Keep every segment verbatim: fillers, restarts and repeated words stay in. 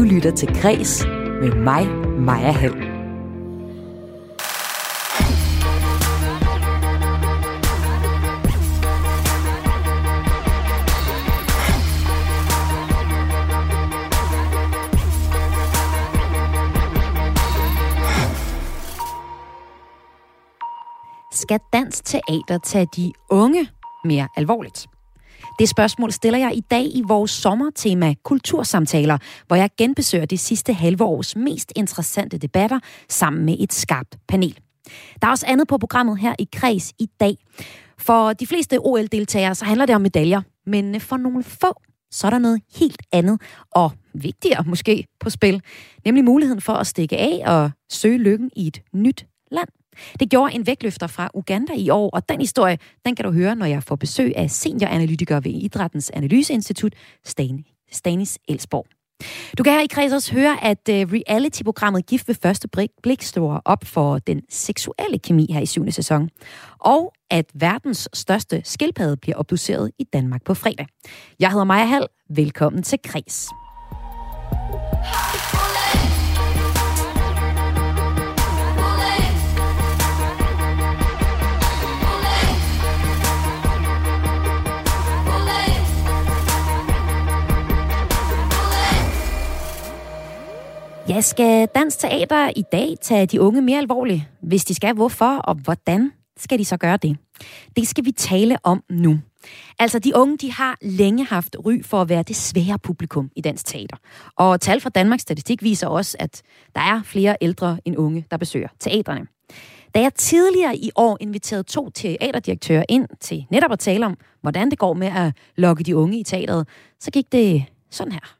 lytter til Græs med mig, Maja Hall. Skal dansk teater tage de unge mere alvorligt? Det spørgsmål stiller jeg i dag i vores sommertema Kultursamtaler, hvor jeg genbesøger det sidste halve års mest interessante debatter sammen med et skarpt panel. Der er også andet på programmet her i Kreds i dag. For de fleste O L-deltagere så handler det om medaljer, men for nogle få så er der noget helt andet og vigtigere måske på spil, nemlig muligheden for at stikke af og søge lykken i et nyt land. Det gjorde en vægtløfter fra Uganda i år, og den historie, den kan du høre, når jeg får besøg af senioranalytiker ved Idrættens Analyseinstitut, Stanis Elsborg. Du kan her i Kreds også høre, at reality-programmet Gift ved første blik står op for den seksuelle kemi her i syvende sæson, og at verdens største skildpadde bliver obduceret i Danmark på fredag. Jeg hedder Maja Hall. Velkommen til Kreds. Jeg skal dansk teater i dag tage de unge mere alvorligt? Hvis de skal, hvorfor og hvordan skal de så gøre det? Det skal vi tale om nu. Altså, de unge, de har længe haft ry for at være det svære publikum i dansk teater. Og tal fra Danmarks Statistik viser også, at der er flere ældre end unge, der besøger teaterne. Da jeg tidligere i år inviterede to teaterdirektører ind til netop at tale om, hvordan det går med at lokke de unge i teateret, så gik det sådan her.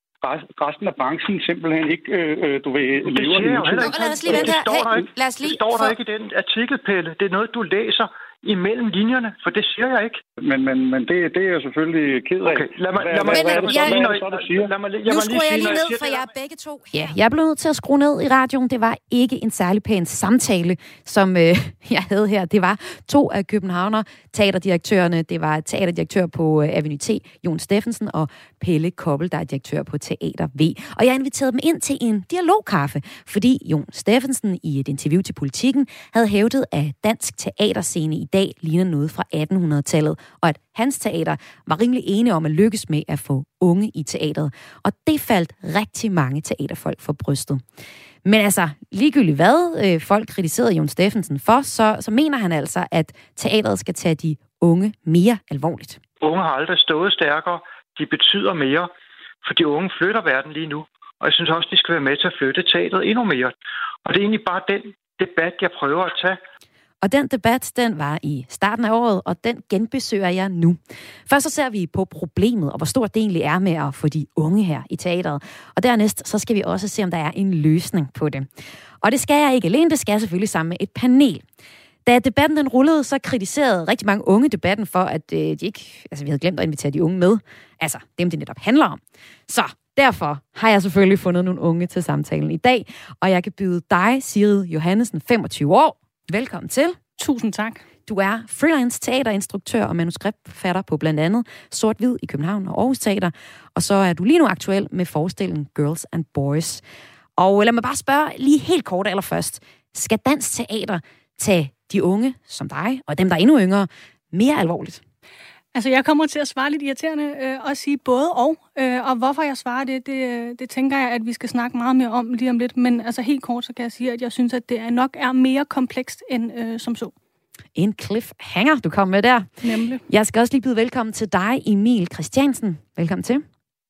Resten af branchen simpelthen ikke, øh, du ved, lever det jo heller ikke. Lad os lige vente her. Hey, lad os lige det står for... der ikke i den artikel, Pelle. Det er noget, du læser imellem linjerne, for det siger jeg ikke. Men, men, men det, det er jeg selvfølgelig ked af. Okay, lad mig, lad mig, hvad, lad hvad, mig, jeg, sige, jeg, når, jeg, lad mig, lad nu mig skruer jeg lige ned, siger, for jeg er begge to. Ja, jeg blev nødt til at skrue ned i radioen. Det var ikke en særlig pæn samtale, som øh, jeg havde her. Det var to af Københavner teaterdirektørerne. Det var teaterdirektør på øh, Avenue T, Jon Steffensen, og Pelle Koppel, der er direktør på Teater V. Og jeg inviterede dem ind til en dialogkaffe, fordi Jon Steffensen i et interview til Politikken havde hævdet, at dansk teaterscene i dag ligner noget fra attenhundredetallet, og at hans teater var rimelig enige om at lykkes med at få unge i teateret. Og det faldt rigtig mange teaterfolk for brystet. Men altså, ligegyldigt hvad øh, folk kritiserede Jon Steffensen for, så, så mener han altså, at teateret skal tage de unge mere alvorligt. Unge har aldrig stået stærkere. De betyder mere, for de unge flytter verden lige nu. Og jeg synes også, de skal være med til at flytte teateret endnu mere. Og det er egentlig bare den debat, jeg prøver at tage. Og den debat, den var i starten af året, og den genbesøger jeg nu. Først så ser vi på problemet, og hvor stort det egentlig er med at få de unge her i teateret. Og dernæst, så skal vi også se, om der er en løsning på det. Og det skal jeg ikke alene, det skal jeg selvfølgelig sammen med et panel. Da debatten den rullede, så kritiserede rigtig mange unge debatten for, at øh, de ikke, altså vi havde glemt at invitere de unge med. Altså dem, det netop handler om. Så derfor har jeg selvfølgelig fundet nogle unge til samtalen i dag, og jeg kan byde dig, Sigrid Johannesen, femogtyve år. Velkommen til. Tusind tak. Du er freelance teaterinstruktør og manuskriptforfatter på blandt andet Sort-Hvid i København og Aarhus Teater. Og så er du lige nu aktuel med forestillingen Girls and Boys. Og lad mig bare spørge lige helt kort allerførst. Skal dansk teater tage de unge som dig, og dem, der er endnu yngre, mere alvorligt? Altså, jeg kommer til at svare lidt irriterende øh, og sige både og. Øh, og hvorfor jeg svarer det, det, det tænker jeg, at vi skal snakke meget mere om lige om lidt. Men altså helt kort, så kan jeg sige, at jeg synes, at det er nok er mere komplekst end øh, som så. En cliffhanger, du kom med der. Nemlig. Jeg skal også lige byde velkommen til dig, Emil Christiansen. Velkommen til.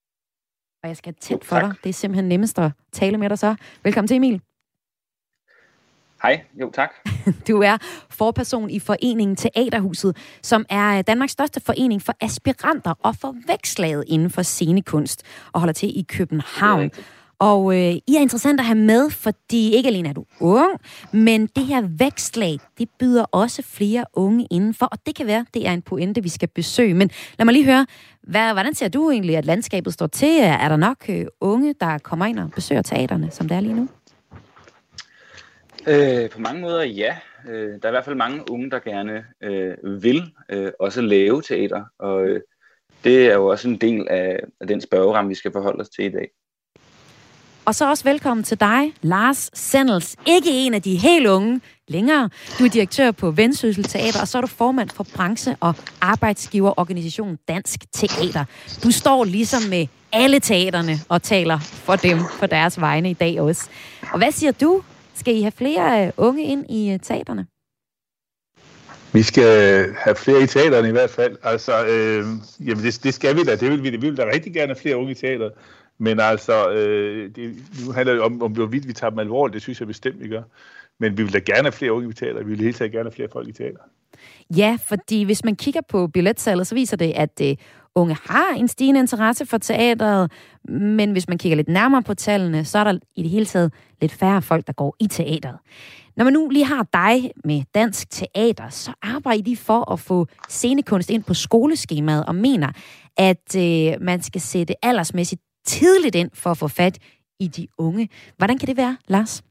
Og jeg skal tæt for tak. dig. Det er simpelthen nemmest at tale med dig så. Velkommen til, Emil. Hej, jo tak. Du er forperson i foreningen Teaterhuset, som er Danmarks største forening for aspiranter og forvekslede inden for scenekunst, og holder til i København. Og øh, I er interessant at have med, fordi ikke alene er du ung, men det her vækslag, det byder også flere unge indenfor, og det kan være, det er en pointe, vi skal besøge. Men lad mig lige høre, hvad, hvordan ser du egentlig, at landskabet står til? Er der nok øh, unge, der kommer ind og besøger teaterne, som det er lige nu? Øh, på mange måder ja. Øh, der er i hvert fald mange unge, der gerne øh, vil øh, også lave teater, og øh, det er jo også en del af, af den spørgeramme, vi skal forholde os til i dag. Og så også velkommen til dig, Lars Sendels. Ikke en af de helt unge længere. Du er direktør på Vendsyssel Teater, og så er du formand for branche- og arbejdsgiverorganisationen Dansk Teater. Du står ligesom med alle teaterne og taler for dem på deres vegne i dag også. Og hvad siger du? Skal I have flere unge ind i teaterne? Vi skal have flere i teaterne i hvert fald. Altså, øh, jamen det, det skal vi da. Det vil vi, det vil da rigtig gerne have flere unge i teateret. Men altså, øh, det, nu handler det om, om hvorvidt vi tager dem alvorligt. Det synes jeg bestemt, vi gør. Men vi vil da gerne have flere unge i teateret. Vi vil helt taget gerne have flere folk i teateret. Ja, fordi hvis man kigger på billetsalget, så viser det, at øh, unge har en stigende interesse for teateret. Men hvis man kigger lidt nærmere på tallene, så er der i det hele taget lidt færre folk, der går i teateret. Når man nu lige har dig med Dansk Teater, så arbejder de for at få scenekunst ind på skoleskemaet og mener, at øh, man skal sætte aldersmæssigt tidligt ind for at få fat i de unge. Hvordan kan det være, Lars?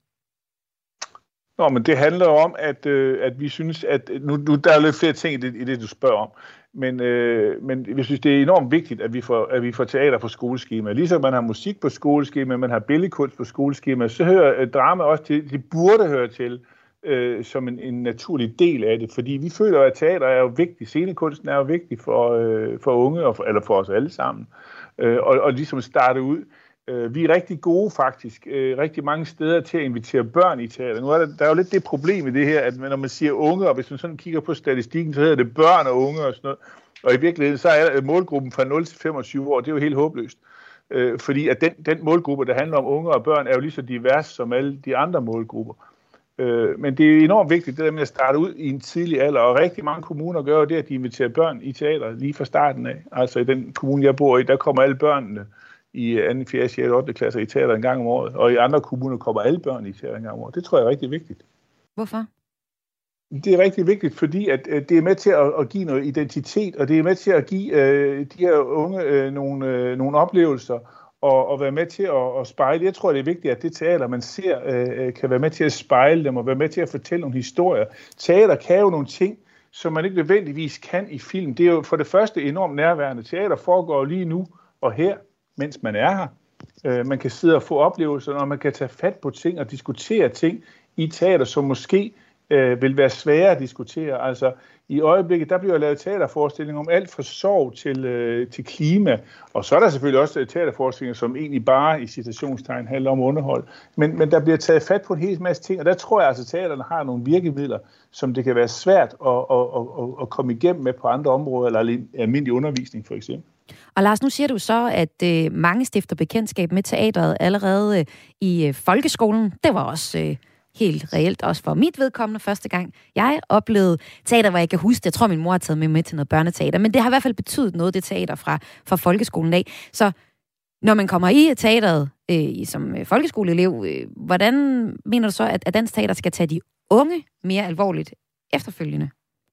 Nå, men det handler om, at, øh, at vi synes, at nu, nu der er lidt flere ting i det, i det du spørger om. Men, øh, men vi synes, det er enormt vigtigt, at vi får, at vi får teater på skoleskemaet. Ligesom man har musik på skoleskemaet, man har billedkunst på skoleskemaet, så hører øh, drama også til, det burde høre til øh, som en, en naturlig del af det. Fordi vi føler, at teater er jo vigtigt, scenekunsten er jo vigtig for, øh, for unge, og for, eller for os alle sammen. Øh, og, og ligesom starte ud. Øh, vi er rigtig gode faktisk, øh, rigtig mange steder til at invitere børn i teater. Nu er der, der er jo lidt det problem i det her, at når man siger unge, og hvis man sådan kigger på statistikken, så hedder det børn og unge og sådan noget. Og i virkeligheden, så er målgruppen fra nul til femogtyve år, det er jo helt håbløst. Øh, fordi at den, den målgruppe, der handler om unge og børn, er jo lige så divers som alle de andre målgrupper. Øh, men det er enormt vigtigt, det der med at starte ud i en tidlig alder, og rigtig mange kommuner gør det, at de inviterer børn i teater lige fra starten af. Altså i den kommune, jeg bor i, der kommer alle børnene i anden, fjerde, sjette, ottende klasse i teater en gang om året, og i andre kommuner kommer alle børn i teater en gang om året. Det tror jeg er rigtig vigtigt. Hvorfor? Det er rigtig vigtigt, fordi at, at det er med til at, at give noget identitet, og det er med til at give øh, de her unge øh, nogle, øh, nogle oplevelser, og, og være med til at, at spejle. Jeg tror, det er vigtigt, at det teater, man ser, øh, kan være med til at spejle dem, og være med til at fortælle nogle historier. Teater kan jo nogle ting, som man ikke nødvendigvis kan i film. Det er jo for det første enormt nærværende. Teater foregår lige nu og her, mens man er her. Øh, man kan sidde og få oplevelser, og man kan tage fat på ting og diskutere ting i teater, som måske øh, vil være svære at diskutere. Altså i øjeblikket, der bliver lavet teaterforestillinger om alt fra sorg til, øh, til klima, og så er der selvfølgelig også teaterforestillinger, som egentlig bare i citationstegn handler om underhold. Men, men der bliver taget fat på en hel masse ting, og der tror jeg altså, at teaterne har nogle virkemidler, som det kan være svært at, at, at, at komme igennem med på andre områder, eller almindelig undervisning for eksempel. Og Lars, nu siger du så, at øh, mange stifter bekendtskab med teateret allerede øh, i øh, folkeskolen. Det var også øh, helt reelt, også for mit vedkommende første gang. Jeg oplevede teater, hvor jeg kan huske, jeg tror, min mor har taget mig med til noget børneteater, men det har i hvert fald betydet noget, det teater fra, fra folkeskolen af. Så når man kommer i teateret øh, som øh, folkeskoleelev, øh, hvordan mener du så, at, at Dansk Teater skal tage de unge mere alvorligt efterfølgende?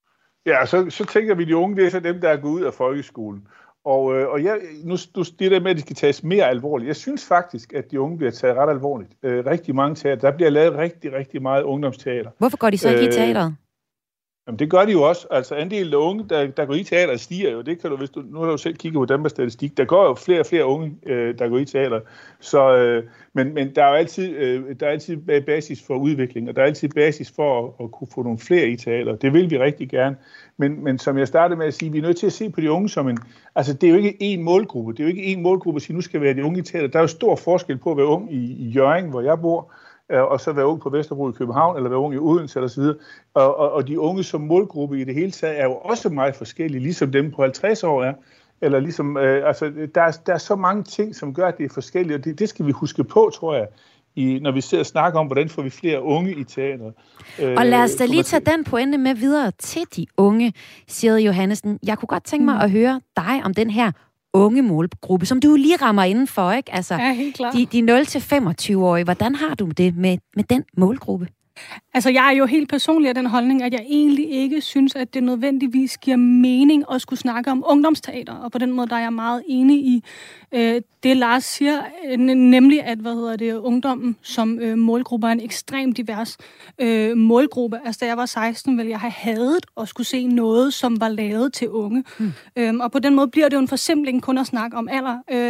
Ja, så, så tænker vi, at de unge, det er så dem, der er gået ud af folkeskolen. Og, øh, og jeg, nu, nu det der med, at de skal tages mere alvorligt. Jeg synes faktisk, at de unge bliver taget ret alvorligt. Øh, rigtig mange teater. Der bliver lavet rigtig, rigtig meget ungdomsteater. Hvorfor går de så ikke øh, i teateret? Jamen, det gør de jo også. Altså, andelen af unge, der, der går i teater, stiger jo. Det kan du, hvis du, nu har du selv kigget på Danmarks Statistik. Der går jo flere og flere unge, øh, der går i teater. Så, øh, men, men der er jo altid, øh, der er altid basis for udvikling, og der er altid basis for at, at kunne få nogle flere i teater. Det vil vi rigtig gerne. Men, men som jeg startede med at sige, vi er nødt til at se på de unge som en... Altså, det er jo ikke én målgruppe. Det er jo ikke én målgruppe at sige, nu skal være de unge i teater. Der er jo stor forskel på at være ung i, i Hjørring, hvor jeg bor, og så være ung på Vesterbro i København, eller være ung i Odense, eller så videre. Og, og, og de unge som målgruppe i det hele taget er jo også meget forskellige, ligesom dem på halvtreds år er. Eller ligesom, øh, altså, der, er, der er så mange ting, som gør, at det er forskelligt, og det, det skal vi huske på, tror jeg, i, når vi sidder og snakker om, hvordan får vi flere unge i teateret. Øh, og lad os da lige tage den pointe med videre til de unge, siger Johannesen. Jeg kunne godt tænke mig mm. at høre dig om den her unge målgruppe, som du lige rammer indenfor, ikke? Altså, ja, helt klart. De, de nul til femogtyve-årige. Hvordan har du det med, med den målgruppe? Altså, jeg er jo helt personlig af den holdning, at jeg egentlig ikke synes, at det nødvendigvis giver mening at skulle snakke om ungdomsteater, og på den måde, der er jeg meget enig i øh, det, Lars siger, øh, nemlig at, hvad hedder det, ungdommen som øh, målgruppe er en ekstremt divers øh, målgruppe. Altså, da jeg var seksten, ville jeg have hadet at skulle se noget, som var lavet til unge. Mm. Øhm, og på den måde bliver det jo en forsimpling kun at snakke om alder. Øh,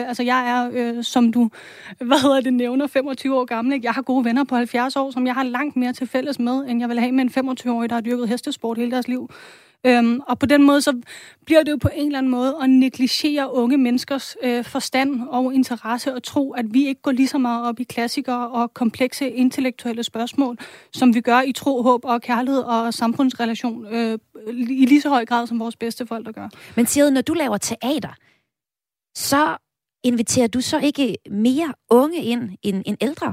Øh, altså jeg er, øh, som du hvad hedder det, nævner, femogtyve år gammel. Ikke? Jeg har gode venner på halvfjerds år, som jeg har langt mere til fælles med, end jeg vil have med en femogtyve-årig, der har dyrket hestesport hele deres liv. Øhm, og på den måde, så bliver det jo på en eller anden måde at negligere unge menneskers øh, forstand og interesse og tro, at vi ikke går lige så meget op i klassikere og komplekse intellektuelle spørgsmål, som vi gør i tro, håb og kærlighed og samfundsrelation øh, i lige så høj grad, som vores bedsteforældre gør. Men Sigrid, når du laver teater, så inviterer du så ikke mere unge ind end, end ældre?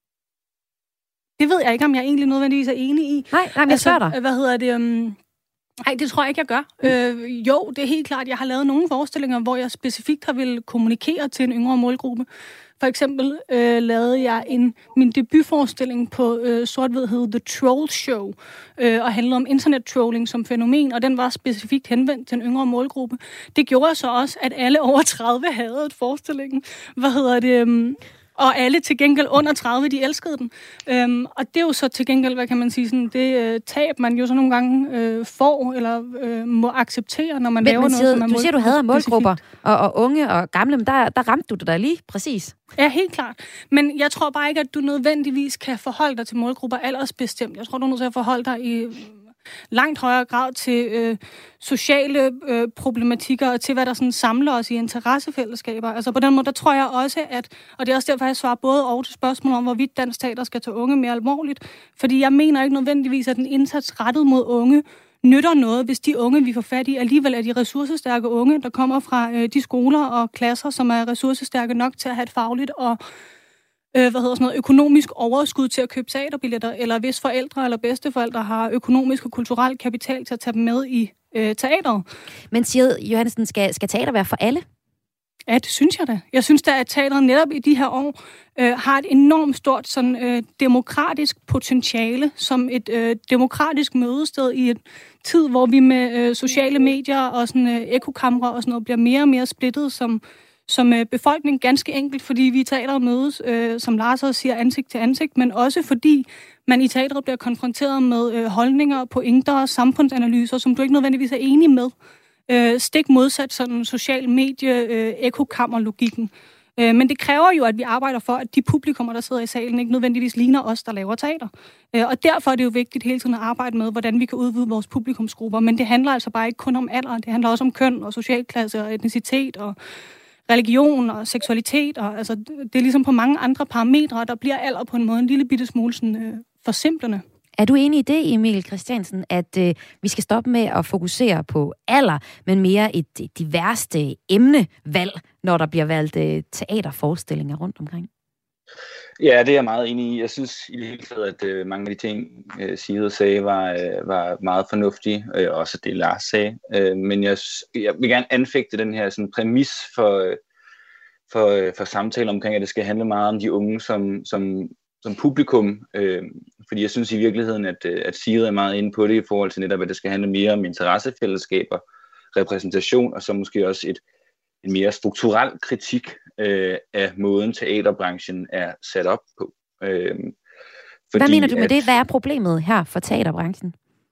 Det ved jeg ikke, om jeg egentlig nødvendigvis er enig i. Nej, nej, men jeg spørger dig. Altså, hvad hedder det... Um Nej, det tror jeg ikke, jeg gør. Mm. Øh, jo, det er helt klart. Jeg har lavet nogle forestillinger, hvor jeg specifikt har ville kommunikere til en yngre målgruppe. For eksempel øh, lavede jeg en, min debutforestilling på øh, sort-hvid hed The Troll Show, øh, og handlede om internet-trolling som fænomen, og den var specifikt henvendt til en yngre målgruppe. Det gjorde så også, at alle over tredive havde et forestillingen. Hvad hedder det... Um Og alle til gengæld under tredive, de elskede den. Øhm, og det er jo så til gengæld, hvad kan man sige, sådan, det øh, tab, man jo så nogle gange øh, får, eller øh, må acceptere, når man men, laver men, noget, som er du siger, du havde målgrupper, og, og unge og gamle, men der, der ramte du det der lige præcis. Ja, helt klart. Men jeg tror bare ikke, at du nødvendigvis kan forholde dig til målgrupper aldersbestemt. Jeg tror, du er nødt til at forholde dig i langt højere grad til øh, sociale øh, problematikker og til, hvad der sådan samler os i interessefællesskaber. Altså på den måde, der tror jeg også, at, og det er også derfor, jeg svarer både og til spørgsmål om, hvorvidt dansk teater skal tage unge mere alvorligt. Fordi jeg mener ikke nødvendigvis, at den indsats rettet mod unge nytter noget, hvis de unge, vi får fat i, alligevel er de ressourcestærke unge, der kommer fra øh, de skoler og klasser, som er ressourcestærke nok til at have et fagligt og Øh, hvad hedder sådan noget, økonomisk overskud til at købe teaterbilletter, eller hvis forældre eller bedsteforældre har økonomisk og kulturel kapital til at tage dem med i øh, teateret. Men Sigrid Johannessen, skal, skal teater være for alle? Ja, det synes jeg da. Jeg synes da, at teateret netop i de her år øh, har et enormt stort sådan, øh, demokratisk potentiale, som et øh, demokratisk mødested i et tid, hvor vi med øh, sociale medier og sådan, øh, ekokamre og sådan noget bliver mere og mere splittet som som øh, befolkning, ganske enkelt, fordi vi i teateret mødes, øh, som Lars også siger, ansigt til ansigt, men også fordi man i teateret bliver konfronteret med øh, holdninger, pointer og samfundsanalyser, som du ikke nødvendigvis er enig med. Øh, stik modsat sådan social medie, øh, ekokammerlogikken. Øh, men det kræver jo, at vi arbejder for, at de publikummer, der sidder i salen, ikke nødvendigvis ligner os, der laver teater. Øh, og derfor er det jo vigtigt hele tiden at arbejde med, hvordan vi kan udvide vores publikumsgrupper. Men det handler altså bare ikke kun om alder, det handler også om køn og socialklasse og etnicitet og religion og seksualitet, og altså, det er ligesom på mange andre parametre, der bliver alder på en måde en lille bitte smule sådan, øh, forsimplende. Er du enig i det, Emil Christiansen, at øh, vi skal stoppe med at fokusere på alder, men mere et, et diverste emnevalg, når der bliver valgt øh, teaterforestillinger rundt omkring? Ja, det er jeg meget enig i. Jeg synes i det hele taget, at øh, mange af de ting, øh, Sigrid sagde, var, øh, var meget fornuftige, øh, også det Lars sagde. Øh, men jeg, jeg vil gerne anfægte den her sådan, præmis for, øh, for, øh, for samtale omkring, at det skal handle meget om de unge som, som, som publikum. Øh, fordi jeg synes i virkeligheden, at, øh, at Sigrid er meget inde på det i forhold til netop, at det skal handle mere om interessefællesskaber, repræsentation, og så måske også et en mere strukturel kritik øh, af måden teaterbranchen er sat op på. Øh, fordi, Hvad mener du med at, det? Hvad er problemet her for teaterbranchen?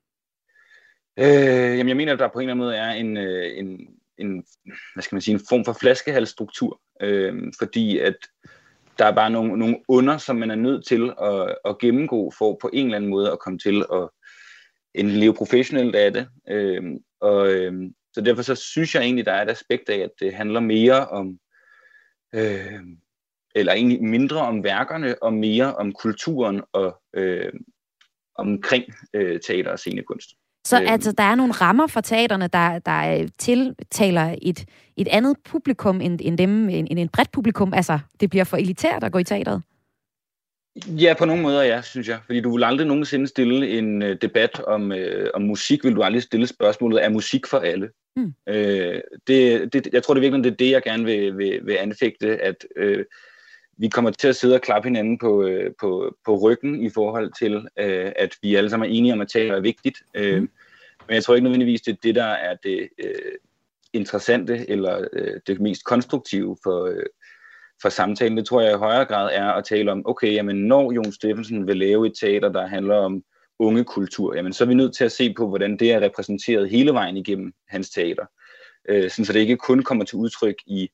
Øh, jamen jeg mener, at der på en eller anden måde er en, en, en, hvad skal man sige, en form for flaskehalsstruktur, øh, fordi at der er bare nogle, nogle under, som man er nødt til at, at gennemgå for på en eller anden måde at komme til at enten leve professionelt af det, øh, og øh, så derfor så synes jeg egentlig, der er et aspekt af, at det handler mere om, øh, eller egentlig mindre om værkerne, og mere om kulturen og øh, omkring øh, teater og scenekunst. Så øh, altså, der er nogle rammer for teaterne, der, der tiltaler et, et andet publikum end, end dem, end, end et bredt publikum? Altså, det bliver for elitært at gå i teateret? Ja, på nogle måder ja, synes jeg. Fordi du vil aldrig nogensinde stille en uh, debat om, uh, om musik, vil du aldrig stille spørgsmålet, er musik for alle? Mm. Uh, det, det, jeg tror det virkelig, det er det, jeg gerne vil, vil, vil anfægte, at uh, vi kommer til at sidde og klappe hinanden på, uh, på, på ryggen i forhold til, uh, at vi alle sammen er enige om, at teater er vigtigt. Mm. Uh, men jeg tror ikke nødvendigvis, det er det, der er det uh, interessante, eller uh, det mest konstruktive for uh, for samtalen. Det tror jeg i højere grad er at tale om, okay, jamen når Jon Steffensen vil lave et teater, der handler om ungekultur, jamen så er vi nødt til at se på, hvordan det er repræsenteret hele vejen igennem hans teater. Øh, sådan, så det ikke kun kommer til udtryk i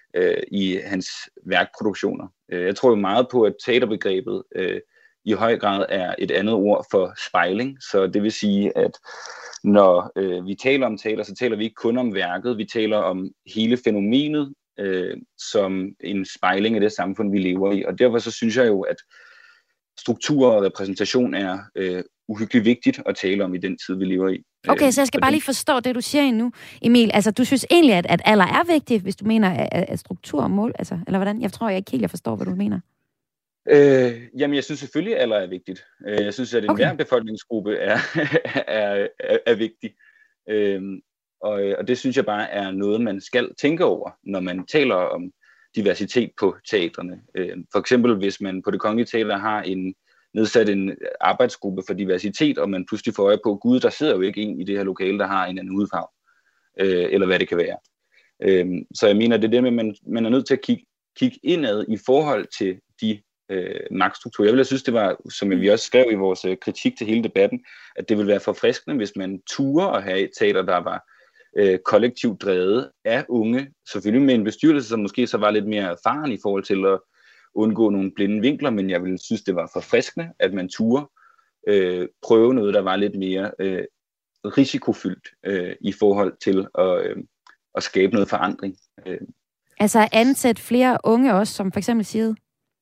øh, i hans værkproduktioner. Jeg tror jo meget på, at teaterbegrebet øh, i høj grad er et andet ord for spejling, så det vil sige, at når øh, vi taler om teater, så taler vi ikke kun om værket, vi taler om hele fænomenet øh, som en spejling af det samfund, vi lever i. Og derfor så synes jeg jo, at struktur og repræsentation er øh, uhyggeligt vigtigt at tale om i den tid, vi lever i. Okay, så jeg skal bare lige forstå det, du siger nu, Emil. Altså, du synes egentlig, at, at alder er vigtigt, hvis du mener, at, at struktur og mål, altså, eller hvordan? Jeg tror jeg ikke helt, jeg forstår, hvad du mener. Øh, jamen, jeg synes selvfølgelig, at alder er vigtigt. Jeg synes, at enhver okay. befolkningsgruppe er, er, er, er vigtig. Øh, og, og det synes jeg bare er noget, man skal tænke over, når man taler om diversitet på teatrene. Øh, for eksempel, hvis man på Det Kongelige Teater har en nedsat en arbejdsgruppe for diversitet, og man pludselig får øje på, gud, der sidder jo ikke en i det her lokale, der har en anden hudfarve, øh, eller hvad det kan være. Øh, så jeg mener, det er det med, at man, man er nødt til at kigge, kigge indad i forhold til de øh, magtstrukturer. Jeg ville synes, det var, som vi også skrev i vores øh, kritik til hele debatten, at det ville være forfriskende, hvis man turde at have et teater, der var øh, kollektivt drevet af unge, selvfølgelig med en bestyrelse, som måske så var lidt mere erfaren i forhold til at undgå nogle blinde vinkler, men jeg ville synes, det var forfriskende, at man turde øh, prøve noget, der var lidt mere øh, risikofyldt øh, i forhold til at, øh, at skabe noget forandring. Øh. Altså ansætte flere unge også, som for eksempel siger?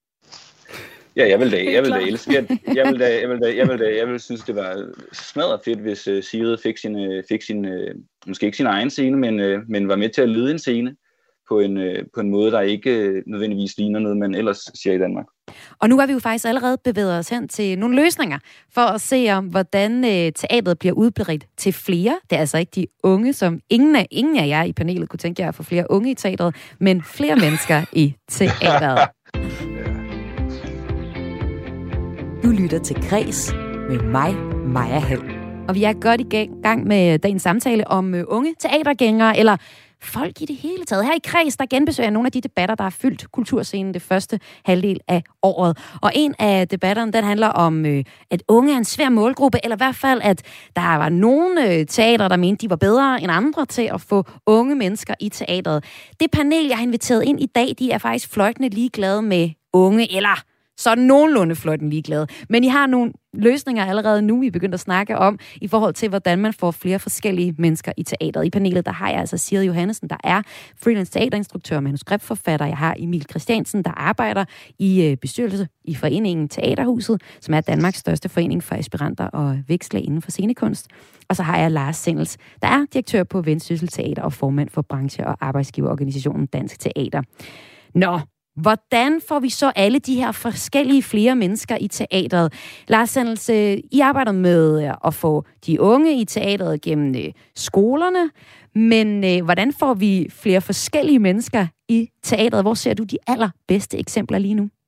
Ja, jeg vil da, jeg vil da elske, jeg, jeg vil da, jeg vil da, jeg vil da, jeg vil synes, det var smadret fedt, hvis uh, Sigrid fik sin, uh, fik sin uh, måske ikke sin egen scene, men, uh, men var med til at lede en scene på en, uh, på en måde, der ikke uh, nødvendigvis ligner noget, man ellers ser i Danmark. Og nu er vi jo faktisk allerede bevæget os hen til nogle løsninger for at se om, hvordan uh, teateret bliver udbredt til flere. Det er altså ikke de unge, som ingen af, ingen af jer i panelet kunne tænke jer at få flere unge i teateret, men flere mennesker i teateret. Du lytter til Græs med mig, Maja Hall. Og vi er godt i gang med dagens samtale om unge teatergængere, eller folk i det hele taget. Her i Græs, der genbesøger jeg nogle af de debatter, der har fyldt kulturscenen det første halvdel af året. Og en af debatterne, den handler om, at unge er en svær målgruppe, eller i hvert fald, at der var nogle teater, der mente, de var bedre end andre til at få unge mennesker i teateret. Det panel, jeg har inviteret ind i dag, de er faktisk fløjtende ligeglade med unge, eller så er nogenlunde fløjten ligeglade. Men I har nogle løsninger allerede nu, I er begyndt at snakke om, i forhold til, hvordan man får flere forskellige mennesker i teateret. I panelet, der har jeg altså Sigrid Johannesen, der er freelance teaterinstruktør og manuskriptforfatter. Jeg har Emil Christiansen, der arbejder i bestyrelse i foreningen Teaterhuset, som er Danmarks største forening for aspiranter og veksler inden for scenekunst. Og så har jeg Lars Sendels, der er direktør på Vendsyssel Teater og formand for branche- og arbejdsgiverorganisationen Dansk Teater. Nå, hvordan får vi så alle de her forskellige flere mennesker i teateret? Lars Sendels, I arbejder med at få de unge i teateret gennem skolerne, men hvordan får vi flere forskellige mennesker i teateret? Hvor ser du de allerbedste eksempler lige nu?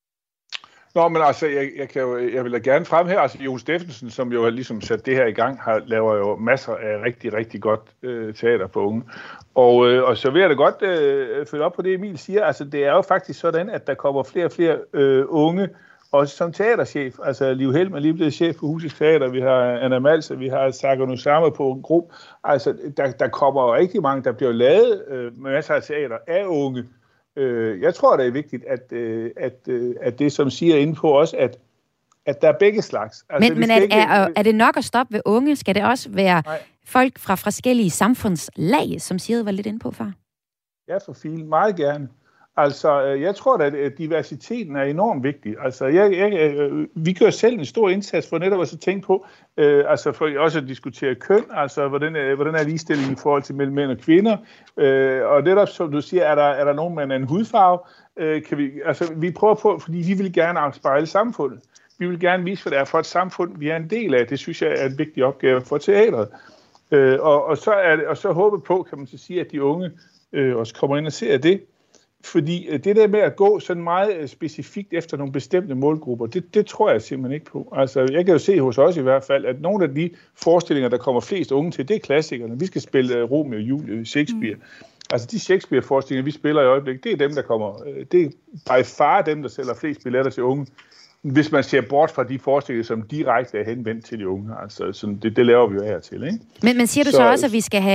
Nå, men altså, jeg, jeg, kan jo, jeg vil da gerne fremhæve, altså Jon Steffensen, som jo har ligesom sat det her i gang, har, laver jo masser af rigtig, rigtig godt øh, teater for unge. Og, øh, og så vil jeg da godt øh, følge op på det, Emil siger. Altså, det er jo faktisk sådan, at der kommer flere og flere øh, unge, også som teaterchef. Altså, Liv Helm er lige blevet chef på Husets Teater, vi har Anna Malse, vi har Saga Nusama på en gruppe. Altså, der, der kommer rigtig mange, der bliver lavet øh, med masser af teater af unge. Jeg tror, det er vigtigt, at, at, at det, som siger inde på os, at, at der er begge slags. Altså, men men er, ikke... er, er det nok at stoppe ved unge? Skal det også være Nej. folk fra forskellige samfundslag, som Sigrid var lidt inde på før? Ja, for filen. Meget gerne. Altså, jeg tror, at diversiteten er enormt vigtig. Altså, jeg, jeg, vi gør selv en stor indsats for netop at tænke på, øh, altså for også at diskutere køn, altså hvordan, hvordan er ligestillingen i forhold til mellem mænd og kvinder, øh, og netop som du siger, er der, er der nogen med en anden hudfarve, øh, kan vi, altså vi prøver på, fordi vi vil gerne afspejle samfundet. Vi vil gerne vise, hvad det er for et samfund, vi er en del af. Det synes jeg er en vigtig opgave for teatret. Øh, og, og, så er det, og så håbe på, kan man så sige, at de unge øh, også kommer ind og ser det. Fordi det der med at gå sådan meget specifikt efter nogle bestemte målgrupper, det, det tror jeg simpelthen ikke på. Altså, jeg kan jo se hos os i hvert fald, at nogle af de forestillinger, der kommer flest unge til, det er klassikerne. Vi skal spille Romeo og Julie, Shakespeare. Mm. Altså, de Shakespeare-forestillinger, vi spiller i øjeblikket, det er dem, der kommer. Det er by far dem, der sælger flest billetter til unge. Hvis man ser bort fra de forestillinger, som direkte er henvendt til de unge. Altså, sådan, det, det laver vi jo her til, ikke? Men, men siger du så, så også, at vi skal have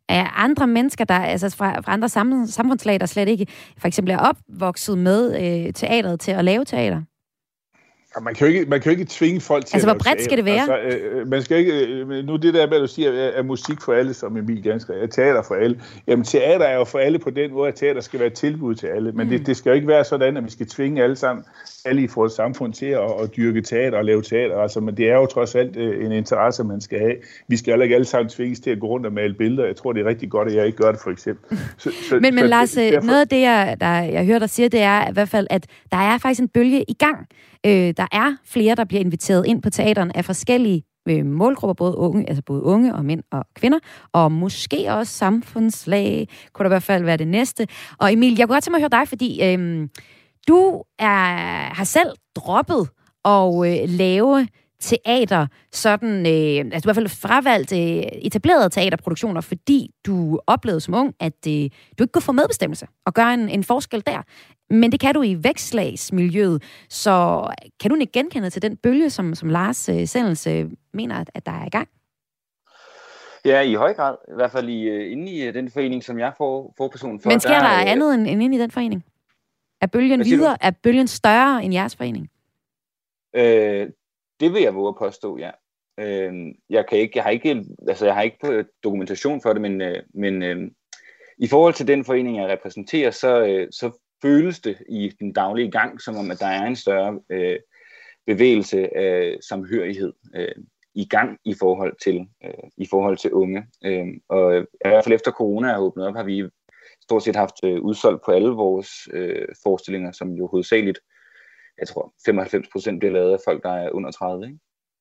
af andre mennesker, der, altså fra, fra andre sam, samfundslag, der slet ikke for eksempel er opvokset med øh, teateret til at lave teater? Man kan, jo ikke, man kan jo ikke tvinge folk til altså, at hvor bredt skal det være? Altså, øh, man skal ikke, øh, nu det der med, at du siger, at musik for alle, som Emil ganske er teater for alle. Jamen, teater er jo for alle på den måde, at teater skal være et tilbud til alle. Men mm. det, det skal jo ikke være sådan, at vi skal tvinge alle sammen, alle i vores samfund til at, at dyrke teater og lave teater. Altså, men det er jo trods alt øh, en interesse, man skal have. Vi skal heller ikke alle sammen tvinges til at gå rundt og male billeder. Jeg tror, det er rigtig godt, at jeg ikke gør det, for eksempel. Så, så, men men så, Lars, derfor... noget af det, jeg, der, jeg hører dig sige, det er i hvert fald, at der er faktisk en bølge i gang. Øh, der er flere, der bliver inviteret ind på teateren af forskellige øh, målgrupper, både unge, altså både unge og mænd og kvinder, og måske også samfundslag, kunne der i hvert fald være det næste. Og Emil, jeg kunne godt tænke mig at høre dig, fordi øh, du er, har selv droppet at øh, lave teater, sådan, øh, altså du har i hvert fald fravalgt øh, etablerede teaterproduktioner, fordi du oplevede som ung, at øh, du ikke kunne få medbestemmelse og gøre en, en forskel der. Men det kan du i vækstlagsmiljøet, så kan du ikke genkende til den bølge, som, som Lars øh, Sendels øh, mener, at, at der er i gang? Ja, i høj grad. I hvert fald i, uh, inde i uh, den forening, som jeg får, får personen for. Men sker der, der uh, andet end, end inde i den forening? Er bølgen videre? Er bølgen større end jeres forening? Øh, det vil jeg våge at påstå, ja. Øh, jeg, kan ikke, jeg, har ikke, altså, jeg har ikke dokumentation for det, men, øh, men øh, i forhold til den forening, jeg repræsenterer, så, øh, så føles det i den daglige gang, som om, at der er en større øh, bevægelse af samhørighed øh, i gang i forhold til, øh, i forhold til unge. Øh, og i hvert fald efter corona er åbnet op, har vi stort set haft øh, udsolgt på alle vores øh, forestillinger, som jo hovedsageligt, jeg tror, femoghalvfems procent bliver lavet af folk, der er under tredive, ikke?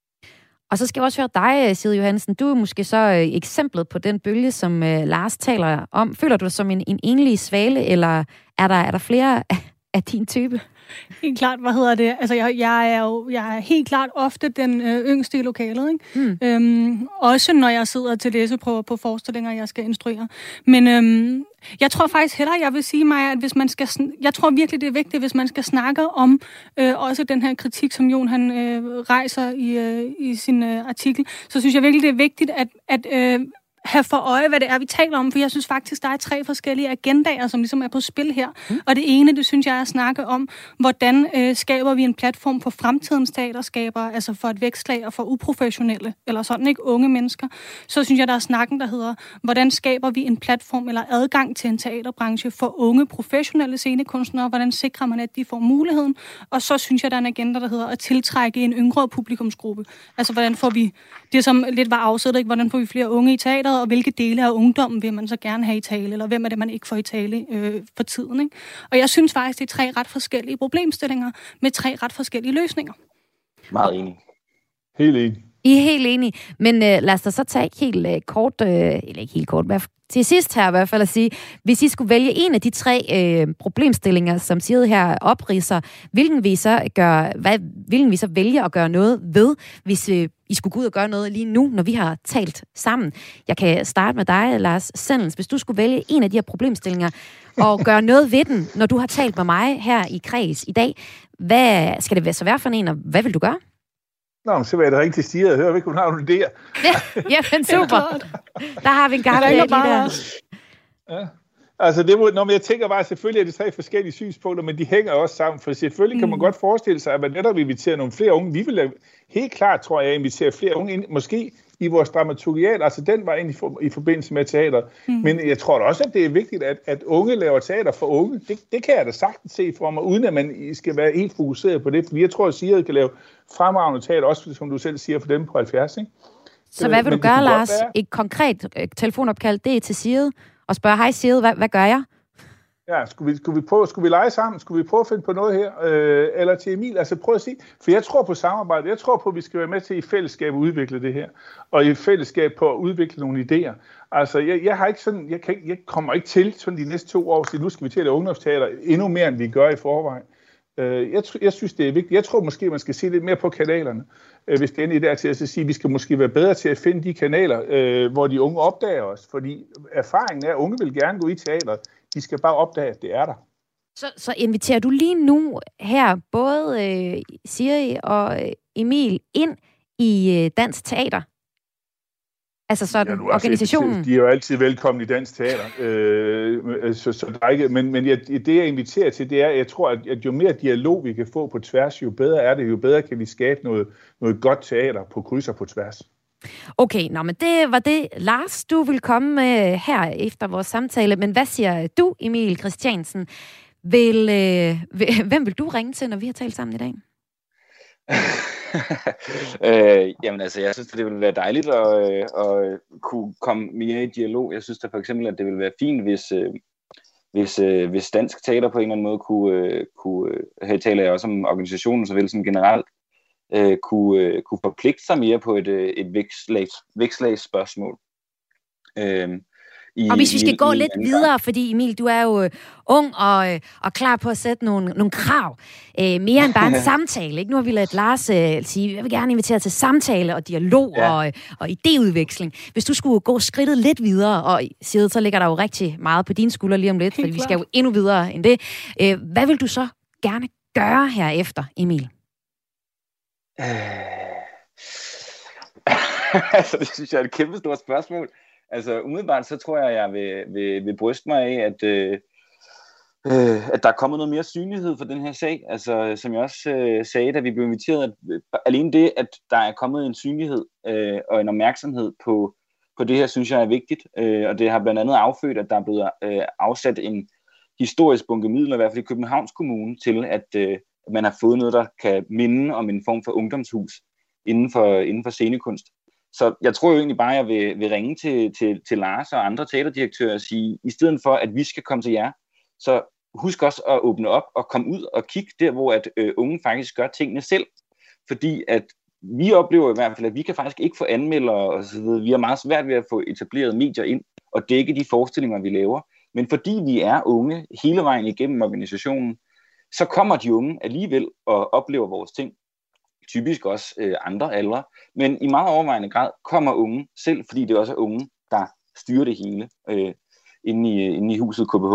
Og så skal jeg også høre dig, Sigrid Johansen. Du er måske så øh, eksemplet på den bølge, som øh, Lars taler om. Føler du dig som en, en enlig svale, eller er der, er der flere af, af din type? Helt klart, hvad hedder det? Altså, jeg, jeg er jo jeg er helt klart ofte den øh, yngste i lokalet, ikke? Mm. Øhm, også når jeg sidder til læseprøver på forestillinger, jeg skal instruere. Men øhm, jeg tror faktisk hellere, jeg vil sige mig, at hvis man skal... Jeg tror virkelig, det er vigtigt, hvis man skal snakke om øh, også den her kritik, som Jon han øh, rejser i, øh, i sin øh, artikel, så synes jeg virkelig, det er vigtigt, at... at øh, have for øje, hvad det er, vi taler om, for jeg synes faktisk, der er tre forskellige agendaer, som ligesom er på spil her. Mm. Og det ene, det synes jeg er at snakke om, hvordan øh, skaber vi en platform for fremtidens teaterskaber, altså for et vækstlag og for uprofessionelle, eller sådan ikke unge mennesker. Så synes jeg, der er snakken, der hedder, hvordan skaber vi en platform eller adgang til en teaterbranche for unge professionelle scenekunstnere, hvordan sikrer man, at de får muligheden. Og så synes jeg, der er en agenda, der hedder at tiltrække en yngre publikumsgruppe. Altså, hvordan får vi, det som lidt var afsættet, ikke? Hvordan får vi flere unge i teater, og hvilke dele af ungdommen vil man så gerne have i tale, eller hvem er det, man ikke får i tale øh, for tiden. Ikke? Og jeg synes faktisk, det er tre ret forskellige problemstillinger med tre ret forskellige løsninger. Meget enig. Helt enig. I er helt enige, men øh, lad os da så tage helt øh, kort, øh, eller ikke helt kort, men til sidst her i hvert fald at sige, hvis I skulle vælge en af de tre øh, problemstillinger, som Sigrid her opridser, hvilken vi så gør, hvad, hvilken vi så vælge at gøre noget ved, hvis øh, I skulle gå ud og gøre noget lige nu, når vi har talt sammen. Jeg kan starte med dig, Lars Sendels. Hvis du skulle vælge en af de her problemstillinger og gøre noget ved den, når du har talt med mig her i Kreds i dag, hvad skal det så være for en, og hvad vil du gøre? Nå, så var det rigtig stiget at høre, hvis hun har nogle idéer. Ja, ja, men super. Der har vi en gang lige der. Ja. Altså, det må, når man, jeg tænker bare, selvfølgelig er det tre forskellige synspunkter, men de hænger også sammen, for selvfølgelig kan man mm. godt forestille sig, at man netop inviterer nogle flere unge. Vi vil helt klart, tror jeg, invitere flere unge ind, måske i vores dramaturgial, altså den var ind i, for, i forbindelse med teater. Mm. Men jeg tror også, at det er vigtigt, at, at unge laver teater for unge. Det, det kan jeg da sagtens se for mig, uden at man skal være helt fokuseret på det, fordi jeg tror, at Sigrid kan lave fremragende teater, også som du selv siger, for dem på halvfjerds, ikke? Så, Så hvad vil du gøre, Lars? Et konkret telefonopkald, det er til Sigrid, og spørge, hej Sigrid, hvad, hvad gør jeg? Ja, skulle vi, skulle vi prøve, skulle vi lege sammen? Skulle vi prøve at finde på noget her? Øh, eller til Emil? Altså prøv at sige, for jeg tror på samarbejde. Jeg tror på, at vi skal være med til i fællesskab at udvikle det her. Og i fællesskab på at udvikle nogle idéer. Altså, jeg, jeg har ikke sådan, jeg, kan, jeg kommer ikke til sådan de næste to år, så nu skal vi til at lave ungdomsteater endnu mere, end vi gør i forvejen. Øh, jeg, jeg synes, det er vigtigt. Jeg tror måske, man skal se lidt mere på kanalerne, øh, hvis det endelig er til at sige, at vi skal måske være bedre til at finde de kanaler, øh, hvor de unge opdager os. Fordi erfaringen er, at unge vil gerne gå i teateret. De skal bare opdage, at det er der. Så, så inviterer du lige nu her både øh, Siri og Emil ind i øh, Dansk Teater? Altså sådan, ja, organisationen? Altså, de er jo altid velkomne i Dansk Teater. Øh, så, så der er ikke, men men jeg, det, jeg inviterer til, det er, jeg tror, at, at jo mere dialog vi kan få på tværs, jo bedre er det, jo bedre kan vi skabe noget, noget godt teater på kryds og på tværs. Okay, nå, men det var det, Lars, du vil komme med her efter vores samtale. Men hvad siger du, Emil Christiansen? Vil, øh, hvem vil du ringe til, når vi har talt sammen i dag? øh, jamen altså, jeg synes, det ville være dejligt at, øh, at kunne komme mere i dialog. Jeg synes da for eksempel, at det ville være fint, hvis, øh, hvis, øh, hvis Dansk Teater på en eller anden måde kunne, øh, kunne her taler jeg også om organisationen, såvel som generelt, øh, kunne, øh, kunne forpligte sig mere på et, øh, et vækslags, vækslagsspørgsmål. Øh, I, og hvis vi skal i, gå i lidt videre, fordi Emil, du er jo øh, ung og, øh, og klar på at sætte nogle, nogle krav. Øh, mere end bare en samtale. Ikke? Nu har vi ladet Lars øh, sige, jeg vil gerne invitere til samtale og dialog ja. og, og idéudveksling. Hvis du skulle gå skridtet lidt videre, og Sigrid, så ligger der jo rigtig meget på dine skuldre lige om lidt, fordi vi skal jo endnu videre end det. Øh, hvad vil du så gerne gøre herefter, Emil? Øh... altså, det synes jeg er et kæmpe stort spørgsmål. Altså umiddelbart så tror jeg, at jeg vil, vil, vil bryste mig af, at, øh, at der er kommet noget mere synlighed for den her sag. Altså som jeg også øh, sagde, da vi blev inviteret, at øh, alene det, at der er kommet en synlighed øh, og en opmærksomhed på, på det her, synes jeg er vigtigt. Øh, og det har blandt andet affødt, at der er blevet øh, afsat en historisk bunke midler, i hvert fald i Københavns Kommune, til at, øh, at man har fået noget, der kan minde om en form for ungdomshus inden for, inden for scenekunst. Så jeg tror jo egentlig bare, at jeg vil, vil ringe til, til, til Lars og andre teaterdirektører og sige, i stedet for, at vi skal komme til jer, så husk også at åbne op og komme ud og kigge der, hvor at øh, unge faktisk gør tingene selv. Fordi at vi oplever i hvert fald, at vi kan faktisk ikke få anmeldere og så videre. Vi har meget svært ved at få etableret medier ind og dække de forestillinger, vi laver. Men fordi vi er unge hele vejen igennem organisationen, så kommer de unge alligevel og oplever vores ting. Typisk også øh, andre aldre, men i meget overvejende grad kommer unge selv, fordi det også er unge, der styrer det hele øh, inde, i, inde i huset K B H.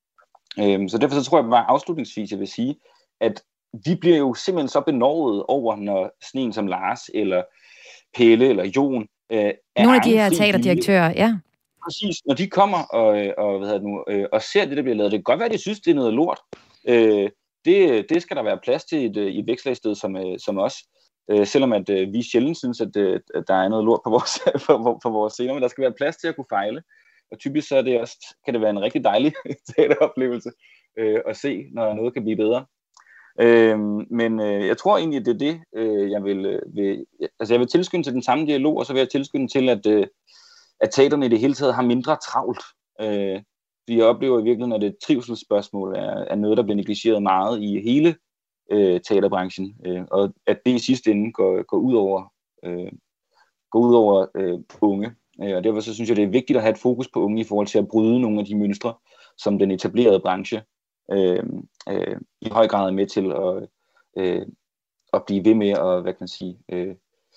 Øh, så derfor så tror jeg bare afslutningsvis, jeg vil sige, at vi bliver jo simpelthen så benovet over, når sådan en som Lars, eller Pelle, eller Jon, øh, nogle af de her teaterdirektører, ja. Præcis, når de kommer og, og, hvad hedder det nu, øh, og ser det, der bliver lavet. Det kan godt være, at de synes, det er noget lort. Øh, Det, det skal der være plads til i et, i et vækslagssted som, som os. Øh, selvom at øh, vi sjældent synes, at, at der er noget lort på vores, på, på vores scener, men der skal være plads til at kunne fejle. Og typisk så er det også, kan det være en rigtig dejlig teateroplevelse øh, at se, når noget kan blive bedre. Øh, men øh, jeg tror egentlig, at det er det, øh, jeg vil, øh, vil... Altså jeg vil tilskynde til den samme dialog, og så vil jeg tilskynde til, at, øh, at teaterne i det hele taget har mindre travlt. Øh, Vi oplever i virkeligheden, at det trivselsspørgsmål er, er noget, der bliver negligeret meget i hele øh, teaterbranchen, øh, og at det i sidste ende går, går ud over, øh, går ud over øh, unge. Øh, og derfor så synes jeg, det er vigtigt at have et fokus på unge i forhold til at bryde nogle af de mønstre, som den etablerede branche øh, øh, i høj grad er med til at, øh, at blive ved med at, hvad kan man sige... Øh,